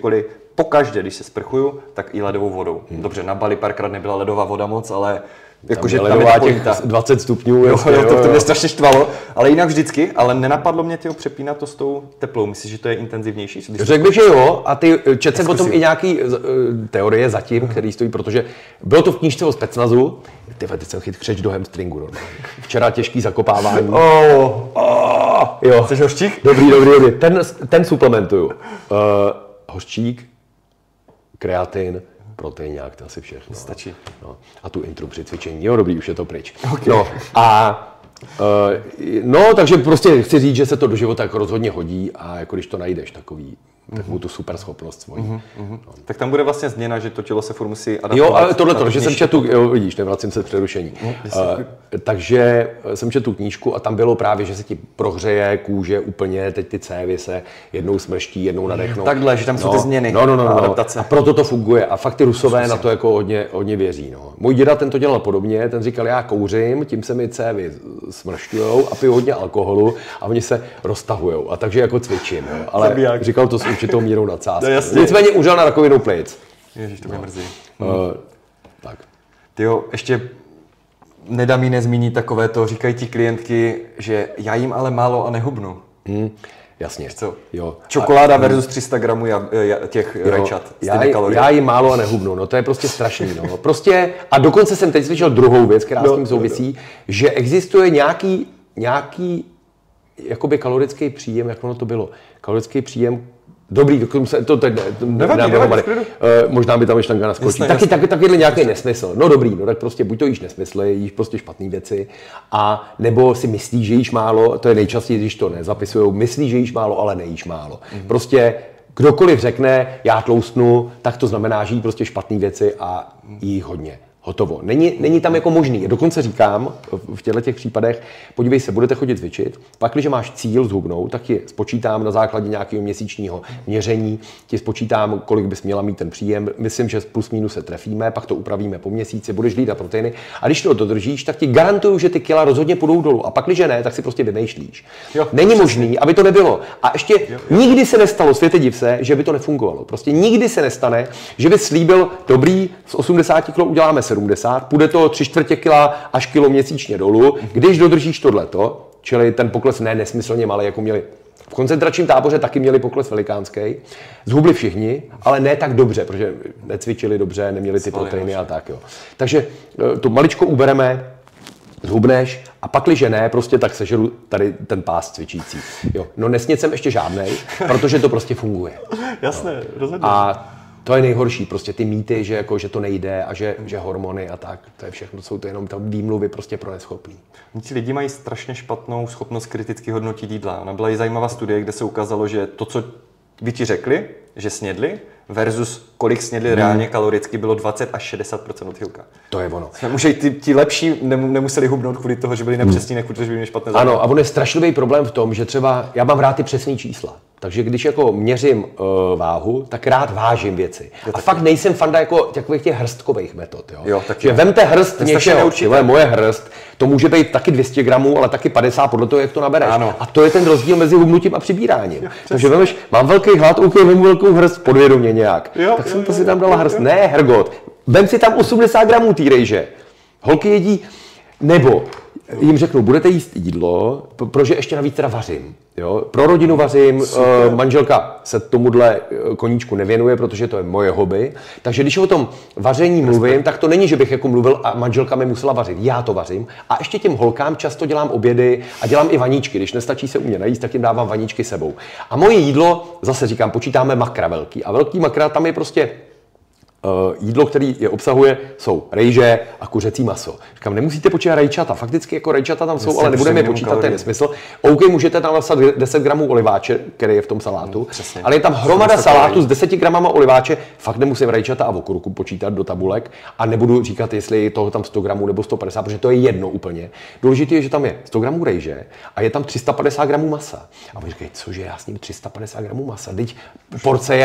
Speaker 1: pokaždé, když se sprchuju, tak i ledovou vodou. Hmm. Dobře, na Bali párkrát nebyla ledová voda moc, ale jakože tam, tam je těch
Speaker 2: dvacet stupňů.
Speaker 1: Jo, jo, jo, to, to mě strašně štvalo, ale jinak vždycky, ale nenapadlo mě těho přepínat to s tou teplou. Myslíš, že to je intenzivnější?
Speaker 2: Řekl bych, že jo, a ty četl jsem o tom i nějaký teorie zatím, který stojí, protože bylo to v knížce o specnazu. Ty teď jsem chyt křeč do hamstringu. No. Včera těžký zakopávání.
Speaker 1: Oh, oh, jo. Chceš hořčík?
Speaker 2: Dobrý, dobrý, dobrý. Ten, ten suplementuju. Uh, hořčík, kreatin, proteinák, to asi všechno.
Speaker 1: Stačí.
Speaker 2: No. A tu intru při cvičení, jo, dobrý, už je to pryč. Okay. No, a uh, no, takže prostě chci říct, že se to do života jako rozhodně hodí a jako když to najdeš takový, takovou tu super schopnost svoji. Mm-hmm.
Speaker 1: No. Tak tam bude vlastně změna, že to tělo se furt musí adaptovat.
Speaker 2: Jo, ale tohle to, že jsem četl, jo, vidíš, nevracím se v přerušení. Mm, uh, takže jsem četl tu knížku a tam bylo právě, že se ti prohřeje kůže úplně, teď ty cévy se jednou smrští, jednou nadechnou.
Speaker 1: Takhle, že tam jsou
Speaker 2: no,
Speaker 1: ty změny.
Speaker 2: No, no, no, no,
Speaker 1: adaptace.
Speaker 2: A proto to funguje. A fakt ty Rusové na to jako hodně, hodně věří. No. Můj děda ten to dělal podobně, ten říkal, já kouřím, tím se mi cévy smršťujou a piju hodně alkoholu a oni se roztahujou. A takže jako cvičím. Jo. Ale Zabiják. Říkal to s určitou mírou nadsázky. No, nicméně umřel na rakovinu plic.
Speaker 1: Ježiš, to mě
Speaker 2: no.
Speaker 1: mrzí.
Speaker 2: Hmm. Uh, tak.
Speaker 1: Tyjo, ještě nedá mi nezmínit takové to, říkají ti klientky, že já jim ale málo a nehubnu.
Speaker 2: Hmm. Jasně.
Speaker 1: Co?
Speaker 2: Jo.
Speaker 1: Čokoláda a, versus tři sta gramů těch jo, rajčat.
Speaker 2: Já, já jim málo a nehubnu, no to je prostě strašný. No. Prostě, a dokonce jsem teď slyšel druhou věc, která no, s tím souvisí, no, no. že existuje nějaký, nějaký jakoby kalorický příjem, jak ono to bylo, kalorický příjem. Dobrý, to, to, to, to nevadí, nevadí, uh, možná by tam myšlenka naskočí. Jasně, taky, taky, taky nějaký nesmysl. No dobrý, no tak prostě buď to jíš nesmysly, jíš prostě špatné věci, a nebo si myslíš, že jíš málo, to je nejčastěji, když to nezapisujou, myslíš, že jíš málo, ale nejíš málo. Mm-hmm. Prostě kdokoliv řekne, já tloustnu, tak to znamená, že jí prostě špatné věci a jí hodně. Hotovo. Není, není tam jako možný. Dokonce říkám v těchto těch případech, podívej se, budete chodit cvičit, pak, když máš cíl zhubnout, tak ti spočítám na základě nějakého měsíčního měření, ti spočítám, kolik bys měla mít ten příjem, myslím, že plus minus se trefíme, pak to upravíme po měsíci, budeš hlídat proteiny a když to dodržíš, tak ti garantuju, že ty kila rozhodně půjdou dolů a pak, když ne, tak si prostě vymýšlíš. Jo, není možný, aby to nebylo. A ještě jo, jo. nikdy se nestalo, světe div se, že by to nefungovalo. Prostě nikdy se nestane, že by slíbil, dobrý, z osmdesáti kilo uděláme sedmdesát, půjde to tři čtvrtě kila až kilo měsíčně dolů, když dodržíš tohleto, čili ten pokles ne nesmyslně malý, jako měli v koncentračním táboře, taky měli pokles velikánský, zhubli všichni, ale ne tak dobře, protože necvičili dobře, neměli ty proteiny a tak. Jo. Takže to maličko ubereme, zhubneš a pakliže ne, prostě tak sežeru tady ten pás cvičící. Jo. No nesnět jsem ještě žádnej, protože to prostě funguje.
Speaker 1: Jasné,
Speaker 2: no.
Speaker 1: rozhodně.
Speaker 2: A to je nejhorší, prostě ty mýty, že, jako, že to nejde a že, že hormony a tak, to je všechno, jsou to jenom tam výmluvy prostě pro neschopný.
Speaker 1: Ti lidi mají strašně špatnou schopnost kriticky hodnotit jídla. Ona byla i zajímavá studie, kde se ukázalo, že to, co by ti řekli, že snědli, versus kolik snědli hmm. reálně kaloricky, bylo dvacet až šedesát procent odchylka.
Speaker 2: To je ono.
Speaker 1: Může ti, ti lepší nemuseli hubnout kvůli toho, že byli nepřesní, nechuť, že byli měli špatné zároveň.
Speaker 2: Ano, a on je strašlivý problém v tom, že třeba já mám rád ty přesný čísla. Takže když jako měřím uh, váhu, tak rád vážím věci. A taky. Fakt nejsem fanda jako takových těch hrstkových metod. Jo? Jo, že je. Vemte hrst něčeho, tyhle, moje hrst, to může být taky dvě stě gramů, ale taky padesát podle toho, jak to nabereš. Ano. A to je ten rozdíl mezi hubnutím a přibíráním. Jo, takže vemeš, mám velký hlad, ok, vemu velkou hrst podvědomě nějak. Jo, tak jo, jsem jo, to si tam dala hrst. Jo. Ne, hergot, vem si tam osmdesát gramů té rejže. Holky jedí, nebo jim řeknu, budete jíst jídlo, protože ještě navíc teda vařím. Jo? Pro rodinu vařím, Super. manželka se tomuhle koníčku nevěnuje, protože to je moje hobby. Takže když o tom vaření mluvím, tak to není, že bych jako mluvil a manželka mi musela vařit. Já to vařím. A ještě těm holkám často dělám obědy a dělám i vaníčky. Když nestačí se u mě najíst, tak jim dávám vaníčky sebou. A moje jídlo, zase říkám, počítáme makra velký. A velký makra tam je prostě Uh, jídlo, který je obsahuje, jsou rejže a kuřecí maso. Říkám, nemusíte počítat rajčata. Fakticky jako rajčata tam jsou, ale nebudeme je počítat, to je nesmysl. OK, můžete tam napsat deset gramů oliváče, který je v tom salátu, mm, ale je tam hromada salátu s deseti gramama oliváče. Fakt nemusím rajčata a okurku počítat do tabulek a nebudu říkat, jestli je toho tam sto gramů nebo sto padesát, protože to je jedno úplně. Důležité je, že tam je sto gramů rejže a je tam tři sta padesát gramů masa. A oni říkají, cože, já s ním tři sta padesát gramů masa, teď porce je.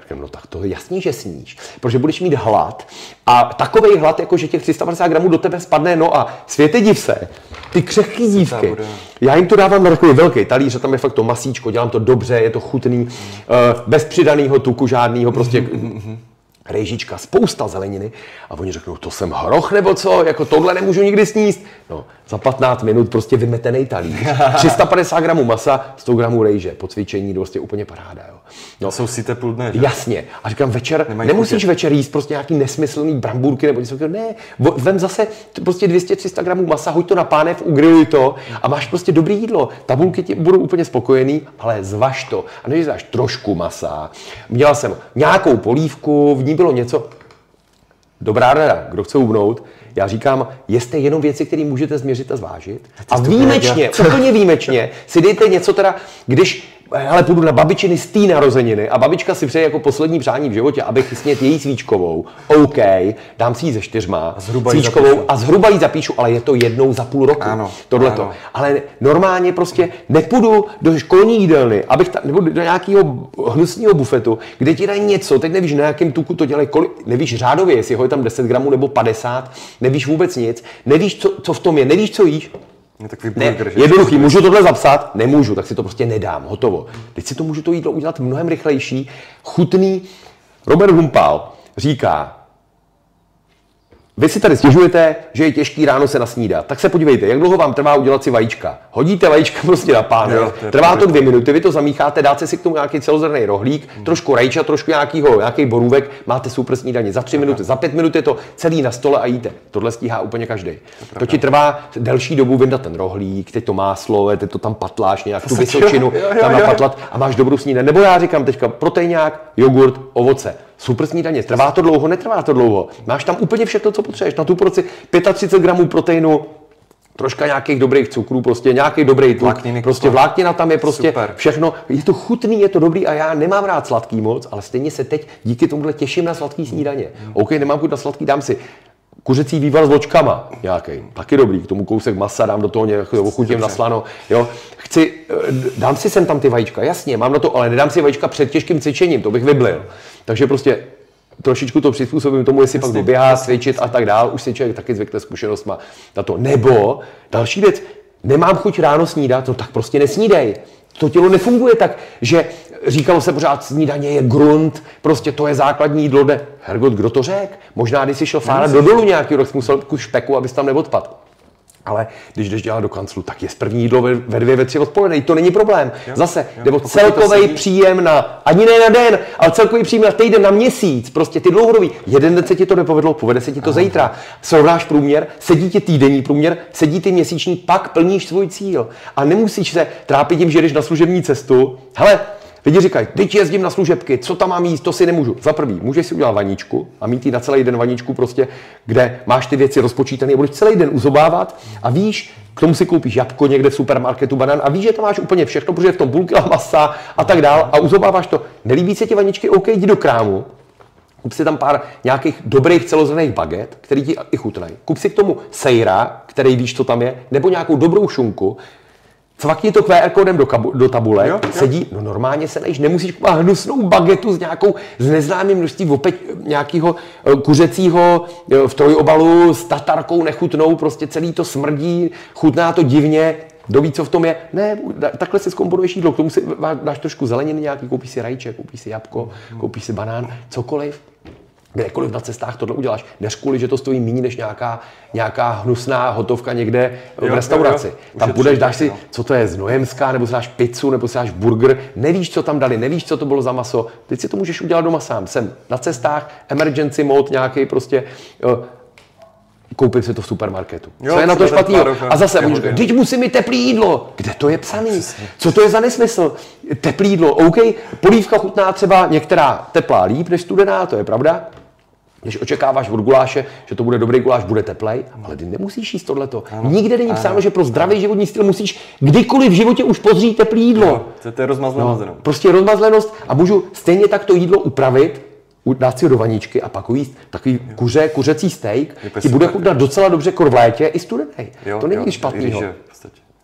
Speaker 2: říkám, no tak to je jasný, že sníš, protože budeš mít hlad a takovej hlad, jako že těch tři sta padesát gramů do tebe spadne, no a světe div se, ty křehký dívky, já jim to dávám na takový velký talíř, a tam je fakt to masíčko, dělám to dobře, je to chutný, mm. uh, bez přidaného tuku žádného, prostě mm-hmm. rejžička, spousta zeleniny a oni řeknou, to jsem hroch nebo co, jako tohle nemůžu nikdy sníst. No, za patnáct minut prostě vymetenej talíř, tři sta padesát gramů masa, sto gramů rejže, po cvičení prostě úplně paráda. Jo.
Speaker 1: No, jsou si tepludné, že?
Speaker 2: Jasně. A říkám, večer, Nemají nemusíš chutě. Večer jíst prostě nějaký nesmyslný brambůrky nebo něco, ne, vem zase prostě dvě stě tři sta gramů masa, hoď to na pánev, ugriluj to a máš prostě dobrý jídlo. Tabulky ti budou úplně spokojený, ale zvaž to. A než dáš trošku masa, měla jsem nějakou polívku, v ní bylo něco. Dobrá rada, kdo chce ubnout, já říkám, jeste jenom věci, které můžete změřit a zvážit. A výjimečně, úplně výjimečně, si dejte něco teda, když hele, půjdu na babičiny z té narozeniny a babička si přeje jako poslední přání v životě, abych snědl její svíčkovou. OK, dám si ji ze čtyřma a svíčkovou a zhruba ji zapíšu, ale je to jednou za půl roku.
Speaker 1: Ano,
Speaker 2: tohleto. Ano. Ale normálně prostě nepůjdu do školní jídelny, abych ta, nebo do nějakého hnusného bufetu, kde ti dají něco, teď nevíš, na jakém tuku to dělají, kolik, nevíš řádově, jestli ho je tam deset gramů nebo padesát, nevíš vůbec nic, nevíš, co, co v tom je, nevíš, co jíš. Ne, jednoduchý, můžu tohle zapsat? Nemůžu, tak si to prostě nedám, hotovo. Teď si to můžu to jídlo udělat mnohem rychlejší, chutný. Robert Humpal říká, vy si tady stěžujete, že je těžký ráno se nasnídat. Tak se podívejte, jak dlouho vám trvá udělat si vajíčka. Hodíte vajíčka prostě na pánev, trvá to dvě minuty, vy to zamícháte, dáte si k tomu nějaký celozrnný rohlík, hmm. trošku rajča, trošku nějakýho, nějaký borůvek, máte super snídaně. Za tři minuty, za pět minut je to celý na stole a jíte. Tohle stíhá úplně každý. To, to ti trvá delší dobu vyndat ten rohlík, teď to máslo, teď to tam patláš nějak tu vysočinu, tam napatlat a máš dobrou snídaní. Nebo já říkám teďka proteinák, jogurt, ovoce. Super snídaně. Trvá to dlouho, netrvá to dlouho. Máš tam úplně všechno, co potřebuješ. Na tu porci třicet pět gramů proteinu, troška nějakých dobrých cukrů, prostě nějaký dobrý tuk, vlákniny, prostě vláknina tam je prostě super. Všechno. Je to chutný, je to dobrý a já nemám rád sladký moc, ale stejně se teď díky tomuhle těším na sladký snídaně. Mm. OK, nemám chuť na sladký, dám si kuřecí vývar s vločkama nějaký, taky dobrý, k tomu kousek masa, dám do toho nějakého ochutím na slano, jo. Chci, dám si sem tam ty vajíčka, jasně, mám na to, ale nedám si vajíčka před těžkým cvičením, to bych vyblil. Takže prostě trošičku to přizpůsobím tomu, jestli jasně, pak doběhá, cvičit a tak dál, už si člověk taky zvykne zkušenostma na to. Nebo další věc, nemám chuť ráno snídat, no tak prostě nesnídej. To tělo nefunguje tak, že říkalo se pořád, snídaně je grunt, prostě to je základní jídlo, jde. Hergot, kdo to řekl? Možná, když jsi šel fárat do dolu nějaký rok, musel kus špeku, abys tam neodpadl. Ale když jdeš dělat do kanclu, tak je z první jídlo ve, ve dvě, ve tři odpoledne, to není problém. Jo, Zase, jo, nebo celkový příjem na, ani ne na den, ale celkový příjem na týden, na měsíc, prostě ty dlouhodobý. Jeden den se ti to nepovedlo, povede se ti to Aha. zítra. Srovnáš průměr, sedí ti týdenní průměr, sedí ti měsíční, pak plníš svůj cíl. A nemusíš se trápit tím, že jdeš na služební cestu. Hele, lidi říkají, teď jezdím na služebky, co tam mám jíst, to si nemůžu. Za prvý, můžeš si udělat vaničku a mít jí na celý den vaničku prostě, kde máš ty věci rozpočítané a budeš celý den uzobávat a víš, k tomu si koupíš jabko někde v supermarketu, banán a víš, že tam máš úplně všechno, protože je v tom půl kila masa a tak dál a uzobáváš to. Nelíbí se ti vaničky, OK, jdi do krámu, kup si tam pár nějakých dobrých celozrnných baget, který ti i chutnají. Kup si k tomu sejra, který víš, co tam je, nebo nějakou dobrou šunku. Cvakni to Q R kódem do, kabu, do tabule, jo, jo. sedí, no normálně se nejíš, nemusíš kupovat hnusnou bagetu s nějakou, s neznámým množství opeť, nějakého kuřecího v trojobalu s tatarkou nechutnou, prostě celý to smrdí, chutná to divně, kdo ví, co v tom je. Ne, takhle si zkomponuješ jídlo, k tomu si dáš trošku zeleniny nějaký, koupíš si rajče, koupíš si jabko, koupíš si banán, cokoliv. Kdekoliv na cestách tohle uděláš, než kvůli, že to stojí méně než nějaká, nějaká hnusná hotovka někde v jo, restauraci. Jo, jo. Tam budeš, dáš si, co to je, znojemská, nebo si dáš pizzu, nebo si dáš burger, nevíš, co tam dali, nevíš, co to bylo za maso, teď si to můžeš udělat doma sám. Jsem na cestách, emergency mode nějaký prostě, jo, koupím si to v supermarketu. Jo, co je na to špatného? A zase, teď musím mít teplý jídlo. Kde to je psaný? Co to je za nesmysl? Teplý jídlo, OK, polívka chutná třeba některá teplá líp než studená, to je pravda. Když očekáváš od guláše, že to bude dobrý guláš, bude teplej, ale ty nemusíš jíst tohleto. Ano. Nikde není psáno, že pro zdravý životní styl musíš kdykoliv v životě už pozřít teplý jídlo.
Speaker 1: Jo, to je rozmazlenost. No,
Speaker 2: prostě rozmazlenost a můžu stejně tak to jídlo upravit, dát si ho do vaničky a pak jíst takový kuře, kuřecí steak, ti bude chutnat docela dobře kor v létě i studený. To není nic špatného. No.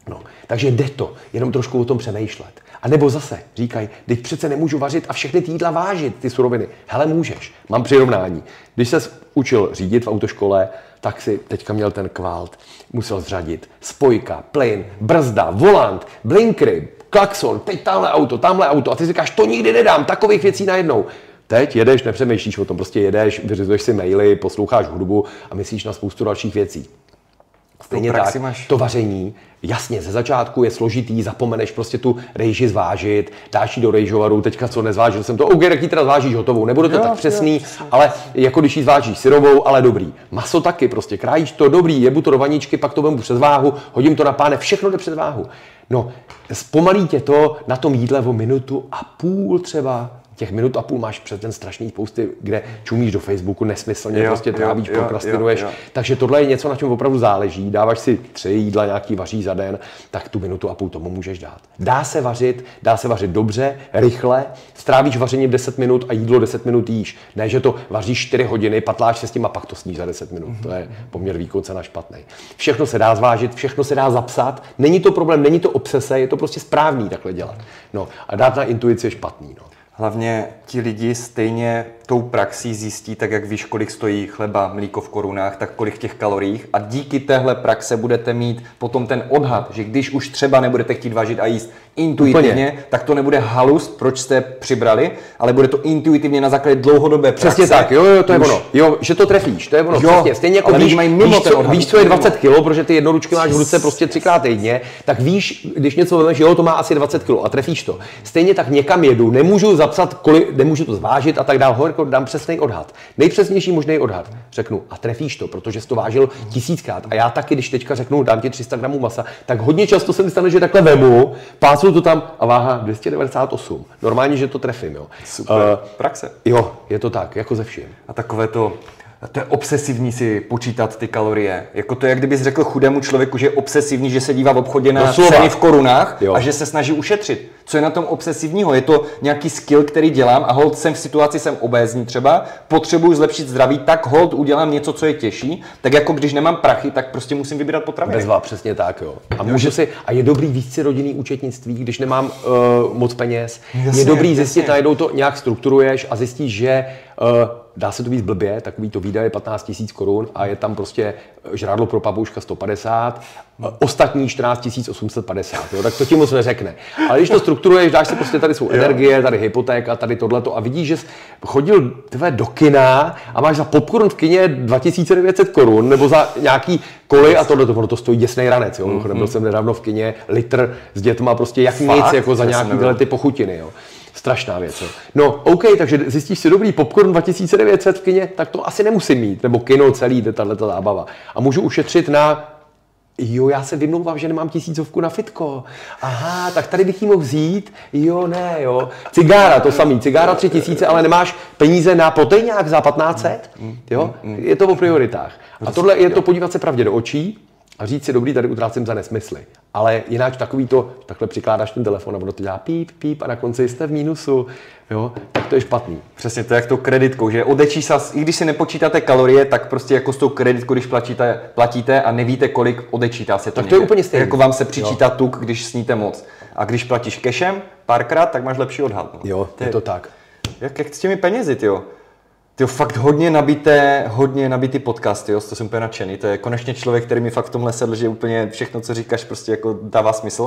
Speaker 2: Takže jde to, jenom trošku o tom přemýšlet. A nebo zase říkají, teď přece nemůžu vařit a všechny ty jídla vážit, ty suroviny. Hele, můžeš. Mám přirovnání. Když ses učil řídit v autoškole, tak si teďka měl ten kvalt, musel zřadit spojka, plyn, brzda, volant, blinkry, klakson, teď tamhle auto, tamhle auto a ty si říkáš, to nikdy nedám, takových věcí najednou. Teď jedeš, nepřemýšlíš o tom, prostě jedeš, vyřizuješ si maily, posloucháš hudbu a myslíš na spoustu dalších věcí. Stejně tak, máš... to vaření, jasně, ze začátku je složitý, zapomeneš prostě tu rejži zvážit, dáš ji do rejžovaru, teďka co nezvážil jsem to, OK, jak ji teda zvážíš hotovou, nebude to jo, tak přesný, jo. Ale jako když ji zvážíš syrovou, ale dobrý. Maso taky, prostě krájíš to, dobrý, jebu to do vaničky, pak to vemu přes váhu, hodím to na pánev, všechno jde přes váhu. No, zpomalí tě to na tom jídle o minutu a půl třeba. Těch minut a půl máš před ten strašný spousty, kde čumíš do Facebooku, nesmyslně jo, prostě trávíš, jo, prokrastinuješ. Jo, jo. Takže tohle je něco, na čem opravdu záleží. Dáváš si tři jídla, nějaký vaří za den, tak tu minutu a půl tomu můžeš dát. Dá se vařit, dá se vařit dobře, rychle, strávíš vařením deset minut a jídlo deset minut jíš. Ne, že to vaříš čtyři hodiny, patláš se s tím a pak to sníš za deset minut. To je poměr výkon cena špatný. Všechno se dá zvážit, všechno se dá zapsat. Není to problém, není to obsese, je to prostě správný takhle dělat. No, a dát na intuici je špatný. No.
Speaker 1: Hlavně ti lidi stejně tou praxí zjistí, tak jak víš, kolik stojí chleba, mlíko v korunách, tak kolik těch kaloriích. A díky téhle praxe budete mít potom ten odhad, že když už třeba nebudete chtít vařit a jíst intuitivně, úplně. Tak to nebude halus, proč jste přibrali, ale bude to intuitivně na základě dlouhodobé praxe.
Speaker 2: Přesně tak, jo, jo, to je už... ono. Jo, že to trefíš, to je ono.
Speaker 1: Jo,
Speaker 2: přesně. Stejně jako víš,
Speaker 1: mají mimo
Speaker 2: víš, co, víš, co je dvacet kilo, protože ty jednoručky máš v ruce prostě třikrát týdně, tak víš, když něco vemeš, jo, to má asi dvacet kilo a trefíš to. Stejně tak někam jedu, nemůžu zapsat, kolik, nemůžu to zvážit a tak dál, horko, dám přesný odhad. Nejpřesnější možný odhad. Řeknu a trefíš to, protože jsi to vážil tisíckrát. A já taky, když teďka řeknu, dám ti tři sta gramů masa, tak hodně často se mi stane, že takhle vemu, pásnu to tam a váha dvě stě devadesát osm. Normálně, že to trefím, jo.
Speaker 1: Super. Uh, praxe.
Speaker 2: Jo, je to tak, jako ze vším.
Speaker 1: A takové to To je obsesivní si počítat ty kalorie. Jako to je, jak kdybys řekl chudému člověku, že je obsesivní, že se dívá v obchodě na ceny v korunách jo. a že se snaží ušetřit. Co je na tom obsesivního? Je to nějaký skill, který dělám a hold jsem v situaci, jsem obézní třeba, potřebuji zlepšit zdraví, tak hold udělám něco, co je těžší. Tak jako když nemám prachy, tak prostě musím vybírat potraviny.
Speaker 2: Bezva, přesně tak, jo. A můžu si, a je dobrý víc si rodinný účetnictví, když nemám uh, moc peněz. Jasně, je dobrý zjistit, jasně. najednou to nějak strukturuješ a zjistíš, že uh, dá se to víc blbě, takový to výdaje patnáct tisíc korun a je tam prostě žrádlo pro papouška sto padesát, ostatní čtrnáct tisíc osm set padesát, jo, tak to ti moc neřekne. Ale když to strukturuješ, dáš si prostě tady jsou energie, tady hypotéka, tady tohleto a vidíš, že jsi chodil tvé do kina a máš za popcorn v kině dva tisíce devět set korun nebo za nějaký koly a tohleto, ono to stojí děsnej ranec, jo. Mm-hmm. Byl jsem nedávno v kině, litr s dětma prostě jak Fakt? nic, jako za nějaký tyhle ty pochutiny, jo. Strašná věc. Jo. No, OK, takže zjistíš si dobrý popcorn dva tisíce devět set v kině, tak to asi nemusím mít, nebo kino celý, tato zábava. A můžu ušetřit na, jo, já se vymlouvám, že nemám tisícovku na fitko. Aha, tak tady bych jí mohl vzít, jo, ne, jo. Cigára, to samý, cigára tři tisíce, ale nemáš peníze na proteinák za patnáct set, jo. Je to o prioritách. A tohle je to podívat se pravdě do očí, a říct si, dobrý, tady utrácím za nesmysly. Ale jinak takový to, takhle přikládáš ten telefon a ono to dělá píp, píp a na konci jste v mínusu, jo, tak to je špatný.
Speaker 1: Přesně, to je jak tou kreditkou, že odečísá, i když si nepočítáte kalorie, tak prostě jako s tou kreditkou, když platíte, platíte a nevíte, kolik odečítá se to.
Speaker 2: Tak to je úplně stejné.
Speaker 1: Jako vám se přičítá jo. tuk, když sníte moc. A když platíš cashem párkrát, tak máš lepší odhad. No.
Speaker 2: Jo, to je to tak.
Speaker 1: Jak, jak s těmi penězi, tyjo? Tyjo, fakt hodně nabité, hodně nabitý podcast, jo, to jsem úplně nadšený. To je konečně člověk, který mi fakt v tomhle sedl, že úplně všechno, co říkáš, prostě jako dává smysl.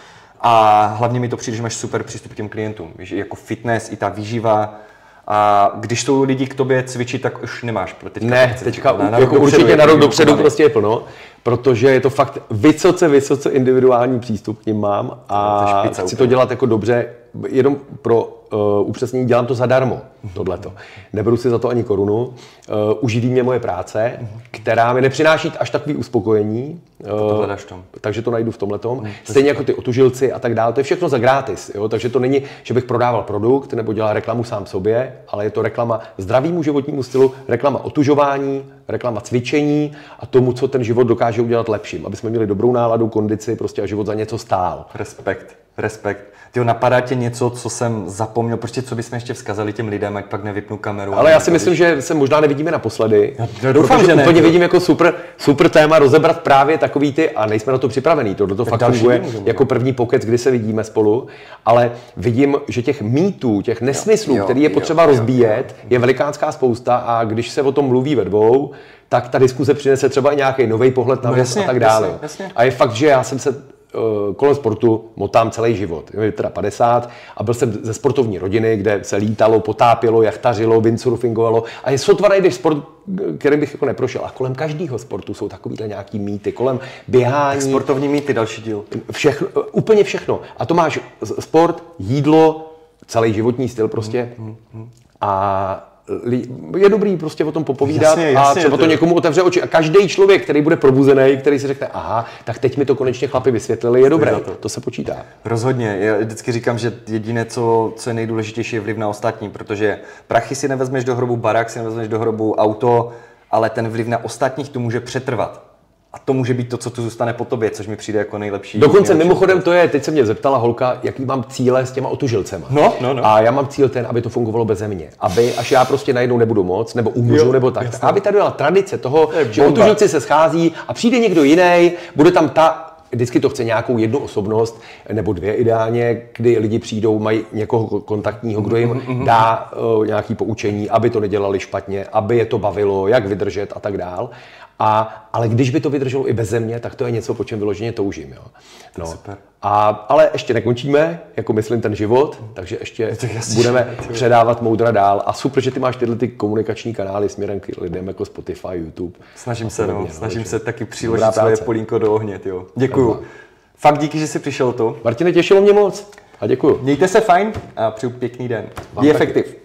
Speaker 1: A hlavně mi to přijde, že máš super přístup k těm klientům, víš, jako fitness, i ta výživa. A když jsou lidi k tobě cvičit, tak už nemáš. Teďka
Speaker 2: ne, teďka na, na jako určitě na rok dopředu prostě je plno, protože je to fakt vysoce, vysoce individuální přístup k ním mám a chci úplně. to dělat jako dobře, jenom pro uh, upřesnění, dělám to zadarmo, tohleto. Neberu si za to ani korunu, uh, uživí mě moje práce, která mi nepřináší až takový uspokojení, uh,
Speaker 1: tom.
Speaker 2: takže to najdu v tomhletom. Hmm, Stejně jako ty otužilci a tak dále, to je všechno za gratis, jo? Takže to není, že bych prodával produkt nebo dělal reklamu sám sobě, ale je to reklama zdravému životnímu stylu, reklama otužování, reklama cvičení a tomu, co ten život dokáže udělat lepším, aby jsme měli dobrou náladu, kondici prostě a život za něco stál.
Speaker 1: Respekt. Respekt. Tyjo, napadá tě něco, co jsem zapomněl, prostě co bychom ještě vzkazali těm lidem, ať pak nevypnu kameru.
Speaker 2: Ale já si myslím, když... že se možná nevidíme naposledy.
Speaker 1: Já doufám, že ne.
Speaker 2: Úplně vidím jako super, super téma rozebrat právě takový ty, a nejsme na to připravení, tohle to fakt funguje jako první pokec, kdy se vidíme spolu, ale vidím, že těch mýtů, těch nesmyslů, jo, který je potřeba jo, rozbíjet, jo. je velikánská spousta a když se o tom mluví ve dvou, tak ta diskuze přinese třeba i nějaký nový pohled na no, věc a tak dále. Jasně, jasně. A je fakt, že já jsem se kolem sportu motám celý život. Je teda padesát a byl jsem ze sportovní rodiny, kde se lítalo, potápělo, jachtařilo, windsurfingovalo a je sotva najdeš sport, kterým bych jako neprošel. A kolem každého sportu jsou takovýhle nějaký mýty, kolem běhání. Tak
Speaker 1: sportovní mýty, další díl.
Speaker 2: Všechno, úplně všechno. A to máš sport, jídlo, celý životní styl prostě. Hmm, hmm, hmm. A je dobrý prostě o tom popovídat jasně, jasně, a třeba to, to někomu otevře oči. A každý člověk, který bude probuzený, který si řekne, aha, tak teď mi to konečně chlapi vysvětlili, je dobré, to. to se počítá.
Speaker 1: Rozhodně. Já vždycky říkám, že jediné, co, co je nejdůležitější, je vliv na ostatní, protože prachy si nevezmeš do hrobu, barák si nevezmeš do hrobu, auto, ale ten vliv na ostatních tu může přetrvat. A to může být to, co tu zůstane po tobě, což mi přijde jako nejlepší.
Speaker 2: Dokonce nejlepší mimochodem to je, teď se mě zeptala holka, jaký mám cíle s těma otužilcema.
Speaker 1: No, no, no.
Speaker 2: A já mám cíl ten, aby to fungovalo beze mě. Aby, až já prostě najednou nebudu moc, nebo umřu, jo, nebo tak. Jasný. Aby tady byla tradice toho, že otužilci se schází a přijde někdo jiný, bude tam ta, vždycky to chce nějakou jednu osobnost, nebo dvě ideálně, kdy lidi přijdou, mají někoho kontaktního, kdo jim dá uh, nějaké poučení, aby to nedělali špatně, aby je to bavilo, jak vydržet a tak dál. A, ale když by to vydrželo i beze mě, tak to je něco, po čem vyloženě toužím. Jo. No.
Speaker 1: Super.
Speaker 2: A, ale ještě nekončíme, jako myslím ten život, takže ještě budeme předávat moudra dál. A super, že ty máš tyhle ty komunikační kanály směrem k lidem jako Spotify, YouTube.
Speaker 1: Snažím se, no, snažím no, se taky přiložit svoje polínko do ohně. Jo. Děkuju. Dobrá. Fakt díky, že jsi přišel tu.
Speaker 2: Martine, těšilo mě moc. A děkuju.
Speaker 1: Mějte se fajn a přeju pěkný den. Be efektiv.